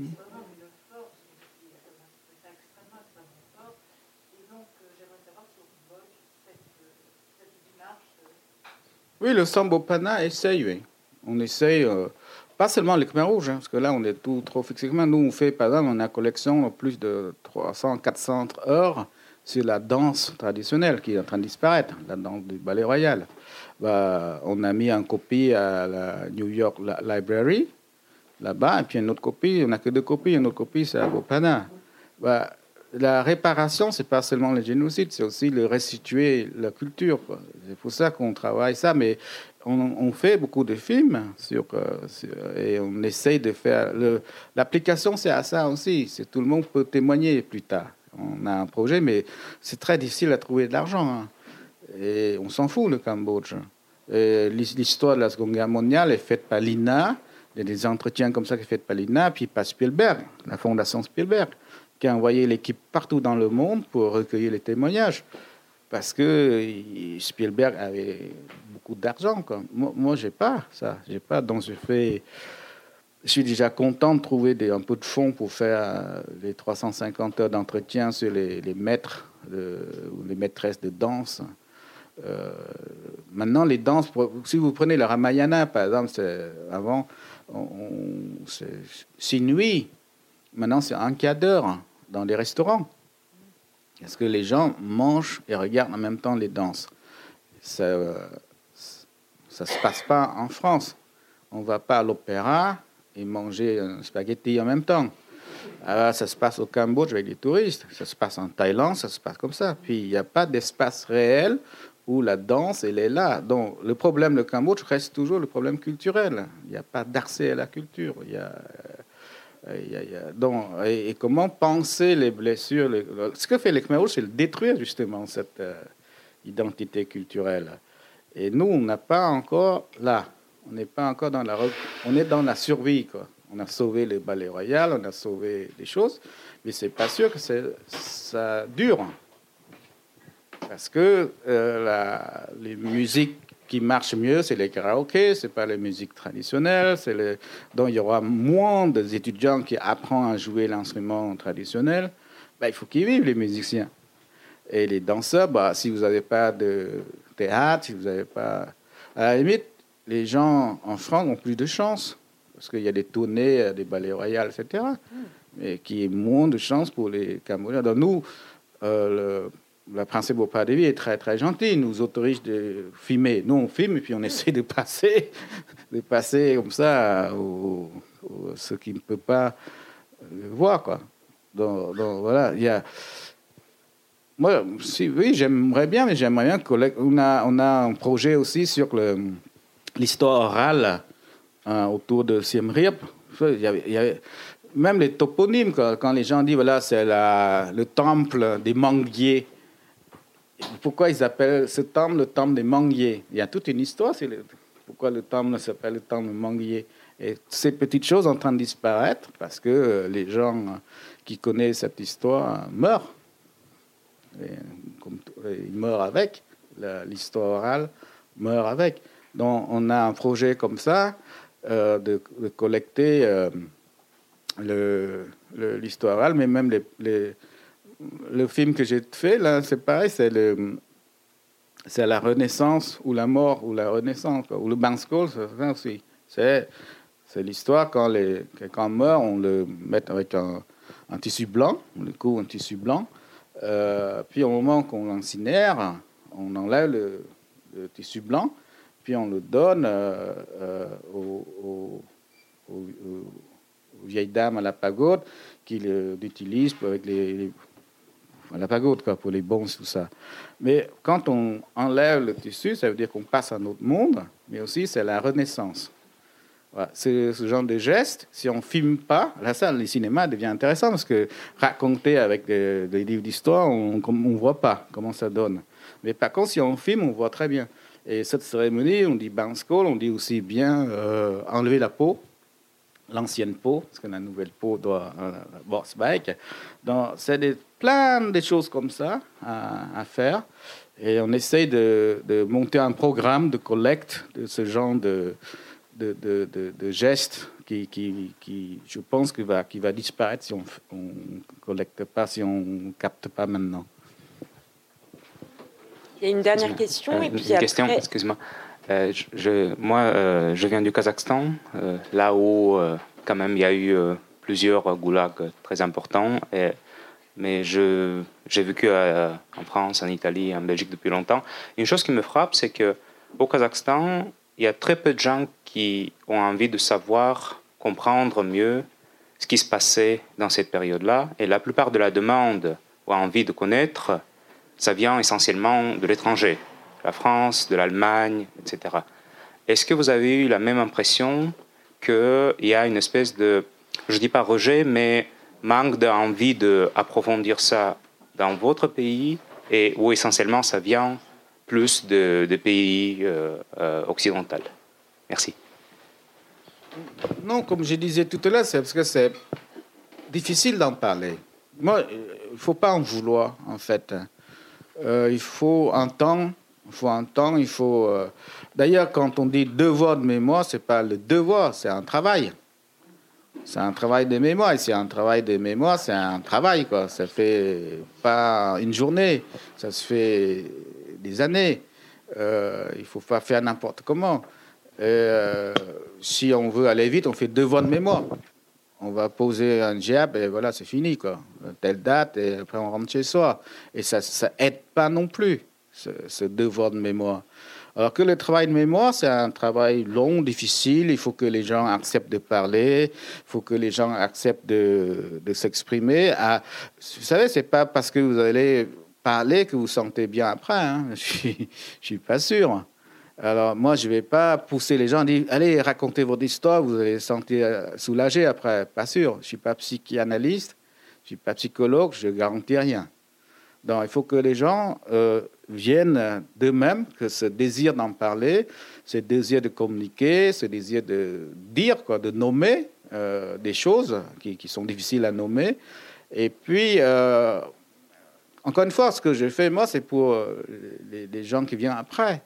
Oui, le Sambopana essaye, oui. On essaye, euh, pas seulement les Khmer rouges, hein, parce que là, on est tout trop fixément. Nous, on fait, par exemple, on a collection plus de trois cents, quatre cents heures sur la danse traditionnelle qui est en train de disparaître, la danse du ballet royal. Bah, on a mis en copie à la New York Library, là-bas, et puis une autre copie, on n'a que deux copies, une autre copie, c'est à Bopana. Bah, la réparation, c'est pas seulement le génocide, c'est aussi le restituer la culture, quoi. C'est pour ça qu'on travaille ça, mais on, on fait beaucoup de films sur, euh, sur, et on essaye de faire... Le, l'application, c'est à ça aussi. C'est, tout le monde peut témoigner plus tard. On a un projet, mais c'est très difficile à trouver de l'argent, hein. Et on s'en fout, le Cambodge. Et l'histoire de la Seconde Guerre mondiale est faite par l'I N A. Il y a des entretiens comme ça qui sont faits par l'I N A, puis par Spielberg, la fondation Spielberg, qui a envoyé l'équipe partout dans le monde pour recueillir les témoignages. Parce que Spielberg avait beaucoup d'argent, quoi. Moi, moi je n'ai pas ça. J'ai pas, donc je, fais, je suis déjà content de trouver des, un peu de fonds pour faire les trois cent cinquante heures d'entretien sur les, les maîtres de, ou les maîtresses de danse. Euh, maintenant, les danses, si vous prenez le Ramayana, par exemple, c'est, avant, on, c'est six nuits. Maintenant, c'est un quart d'heure dans les restaurants. Parce que les gens mangent et regardent en même temps les danses. Ça ne se passe pas en France. On ne va pas à l'opéra et manger un spaghetti en même temps. Alors, ça se passe au Cambodge avec les touristes. Ça se passe en Thaïlande, ça se passe comme ça. Puis, il n'y a pas d'espace réel où la danse, elle est là. Donc, le problème du Cambodge reste toujours le problème culturel. Il n'y a pas d'accès à la culture. Il y a... Il y a, il y a, donc, et, et comment penser les blessures les, ce que fait les Khmer rouges, c'est le détruire justement cette euh, identité culturelle. Et nous, on n'a pas encore là. On n'est pas encore dans la. On est dans la survie, quoi. On a sauvé le ballet royal, on a sauvé des choses, mais c'est pas sûr que c'est, ça dure. Parce que euh, la, les musiques qui marchent mieux, c'est les karaokés, c'est pas les musiques traditionnelles, c'est les... donc il y aura moins d'étudiants qui apprennent à jouer l'instrument traditionnel. Ben, il faut qu'ils vivent, les musiciens. Et les danseurs, bah, si vous n'avez pas de théâtre, si vous n'avez pas... À la limite, les gens en France ont plus de chance, parce qu'il y a des tournées, des ballets royaux, et cetera, mais qui est moins de chance pour les Cambodgiens. Donc nous, euh, le... la princesse Bopadavi est très, très gentille, nous autorise de filmer. Nous, on filme et puis on essaie de passer, de passer comme ça aux, aux, ceux qui ne peuvent pas le voir, quoi. Donc, donc voilà, il y a... Moi, si, oui, j'aimerais bien, mais j'aimerais bien qu'on on a, on a un projet aussi sur le, l'histoire orale hein, autour de Siem Reap. Il y avait, il y avait, même les toponymes, quand, quand les gens disent, voilà, c'est la, le temple des Manguiers. Pourquoi ils appellent ce temple le temple des Manguiers? Il y a toute une histoire. C'est le, pourquoi le temple s'appelle le temple des Manguiers? Et ces petites choses sont en train de disparaître parce que les gens qui connaissent cette histoire meurent. Et, comme, ils meurent avec. La, l'histoire orale meurt avec. Donc, on a un projet comme ça euh, de, de collecter euh, le, le, l'histoire orale, mais même les... les le film que j'ai fait, là, c'est pareil, c'est, le, c'est la Renaissance ou la mort ou la Renaissance, quoi. Ou le Banskol, c'est ça aussi. C'est, c'est l'histoire quand les, quelqu'un meurt, on le met avec un, un tissu blanc, le cou un tissu blanc. Euh, puis au moment qu'on l'incinère, on enlève le, le tissu blanc, puis on le donne euh, euh, aux, aux, aux, aux vieilles dames à la pagode qui l'utilisent avec les, les à la pagode, quoi, pour les bons, tout ça. Mais quand on enlève le tissu, ça veut dire qu'on passe à un autre monde, mais aussi c'est la renaissance. Voilà, c'est ce genre de geste. Si on ne filme pas, là, ça, le cinéma devient intéressant parce que raconter avec des, des livres d'histoire, on ne voit pas comment ça donne. Mais par contre, si on filme, on voit très bien. Et cette cérémonie, on dit Banskol, on dit aussi bien euh, enlever la peau, l'ancienne peau, parce que la nouvelle peau doit euh, Borsbeck. Donc, c'est des, plein de choses comme ça à, à faire. Et on essaye de, de monter un programme de collecte de ce genre de De, de, de, de gestes qui, qui, qui, je pense, qui va, qui va disparaître si on ne collecte pas, si on ne capte pas maintenant. Il y a une dernière question. Euh, et puis une après... question, excuse-moi. Euh, je, je, moi, euh, je viens du Kazakhstan, euh, là où, euh, quand même, il y a eu euh, plusieurs goulags très importants. Et, mais je, j'ai vécu à, en France, en Italie, en Belgique depuis longtemps. Une chose qui me frappe, c'est qu'au Kazakhstan, il y a très peu de gens qui ont envie de savoir, comprendre mieux ce qui se passait dans cette période-là. Et la plupart de la demande ou envie de connaître, ça vient essentiellement de l'étranger, de la France, de l'Allemagne, et cetera. Est-ce que vous avez eu la même impression qu'il y a une espèce de, je ne dis pas rejet, mais manque d'envie d'approfondir ça dans votre pays, et où essentiellement ça vient plus de, de pays euh, euh, occidentaux? Merci. Non, comme je disais tout à l'heure, c'est parce que c'est difficile d'en parler. Moi, il ne faut pas en vouloir, en fait. Euh, il faut un temps, il faut un temps, il faut... Euh... D'ailleurs, quand on dit devoir de mémoire, ce n'est pas le devoir, c'est un travail. C'est un travail de mémoire. Et c'est un travail de mémoire, c'est un travail, quoi. Ça ne fait pas une journée, ça se fait des années. Euh, il ne faut pas faire n'importe comment. Et, euh, si on veut aller vite, on fait deux voix de mémoire. On va poser un jab et voilà, c'est fini, quoi. Telle date et après on rentre chez soi. Et ça ça aide pas non plus, ce, ce devoir de mémoire. Alors que le travail de mémoire, c'est un travail long, difficile. Il faut que les gens acceptent de parler. Il faut que les gens acceptent de, de s'exprimer. Ah, vous savez, c'est pas parce que vous allez parler que vous sentez bien après. Hein. Je suis, je suis pas sûr. Alors, moi, je ne vais pas pousser les gens, dire, allez, racontez votre histoire, vous allez vous sentir soulagé après. Pas sûr. Je ne suis pas psychanalyste, je ne suis pas psychologue, je ne garantis rien. Donc, il faut que les gens euh, viennent d'eux-mêmes, que ce désir d'en parler, ce désir de communiquer, ce désir de dire, quoi, de nommer euh, des choses qui, qui sont difficiles à nommer. Et puis, euh, encore une fois, ce que je fais, moi, c'est pour les, les gens qui viennent après.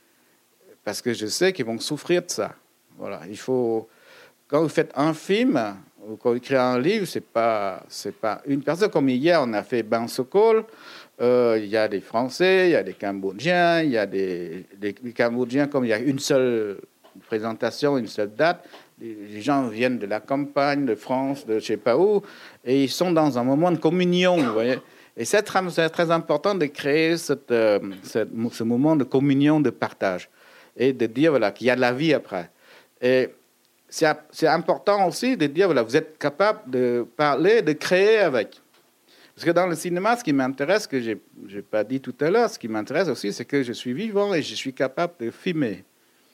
Parce que je sais qu'ils vont souffrir de ça. Voilà, il faut... Quand vous faites un film, ou quand vous écrivez un livre, ce n'est pas, c'est pas une personne. Comme hier, on a fait Banskol. Euh, il y a des Français, il y a des Cambodgiens, il y a des, des, des Cambodgiens, comme il y a une seule présentation, une seule date. Les gens viennent de la campagne, de France, de je ne sais pas où, et ils sont dans un moment de communion, vous voyez. Et c'est très, c'est très important de créer cette, euh, cette, ce moment de communion, de partage. Et de dire voilà, qu'il y a de la vie après. Et c'est, c'est important aussi de dire voilà, vous êtes capable de parler, de créer avec. Parce que dans le cinéma, ce qui m'intéresse, ce que je n'ai pas dit tout à l'heure, ce qui m'intéresse aussi, c'est que je suis vivant et je suis capable de filmer.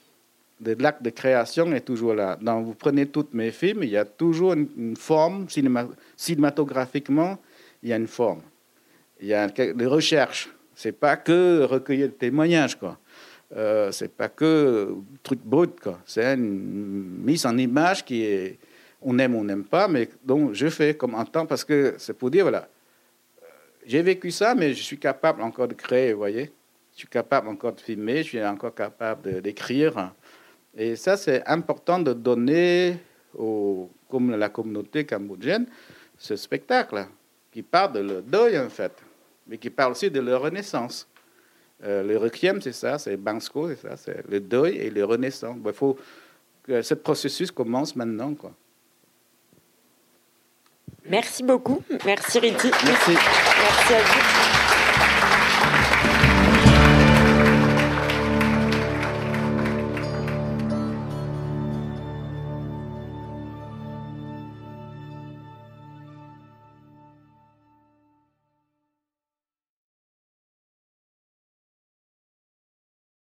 De l'acte de création est toujours là. Dans, vous prenez tous mes films, il y a toujours une, une forme, cinéma, cinématographiquement, il y a une forme. Il y a des recherches. Ce n'est pas que recueillir le témoignage, quoi. Euh, c'est pas que truc brut, quoi. C'est une mise en image qui est, on aime, on n'aime pas, mais donc je fais comme en temps parce que c'est pour dire voilà, j'ai vécu ça, mais je suis capable encore de créer, vous voyez. Je suis capable encore de filmer, je suis encore capable de, d'écrire, et ça c'est important de donner aux, comme la communauté cambodgienne, ce spectacle qui parle de leur deuil en fait, mais qui parle aussi de leur renaissance. Euh, le requiem, c'est ça, c'est Banskol, c'est ça, c'est le deuil et le renaissance. Il faut que ce processus commence maintenant, quoi. Merci beaucoup. Merci Riti. Merci. Merci à vous.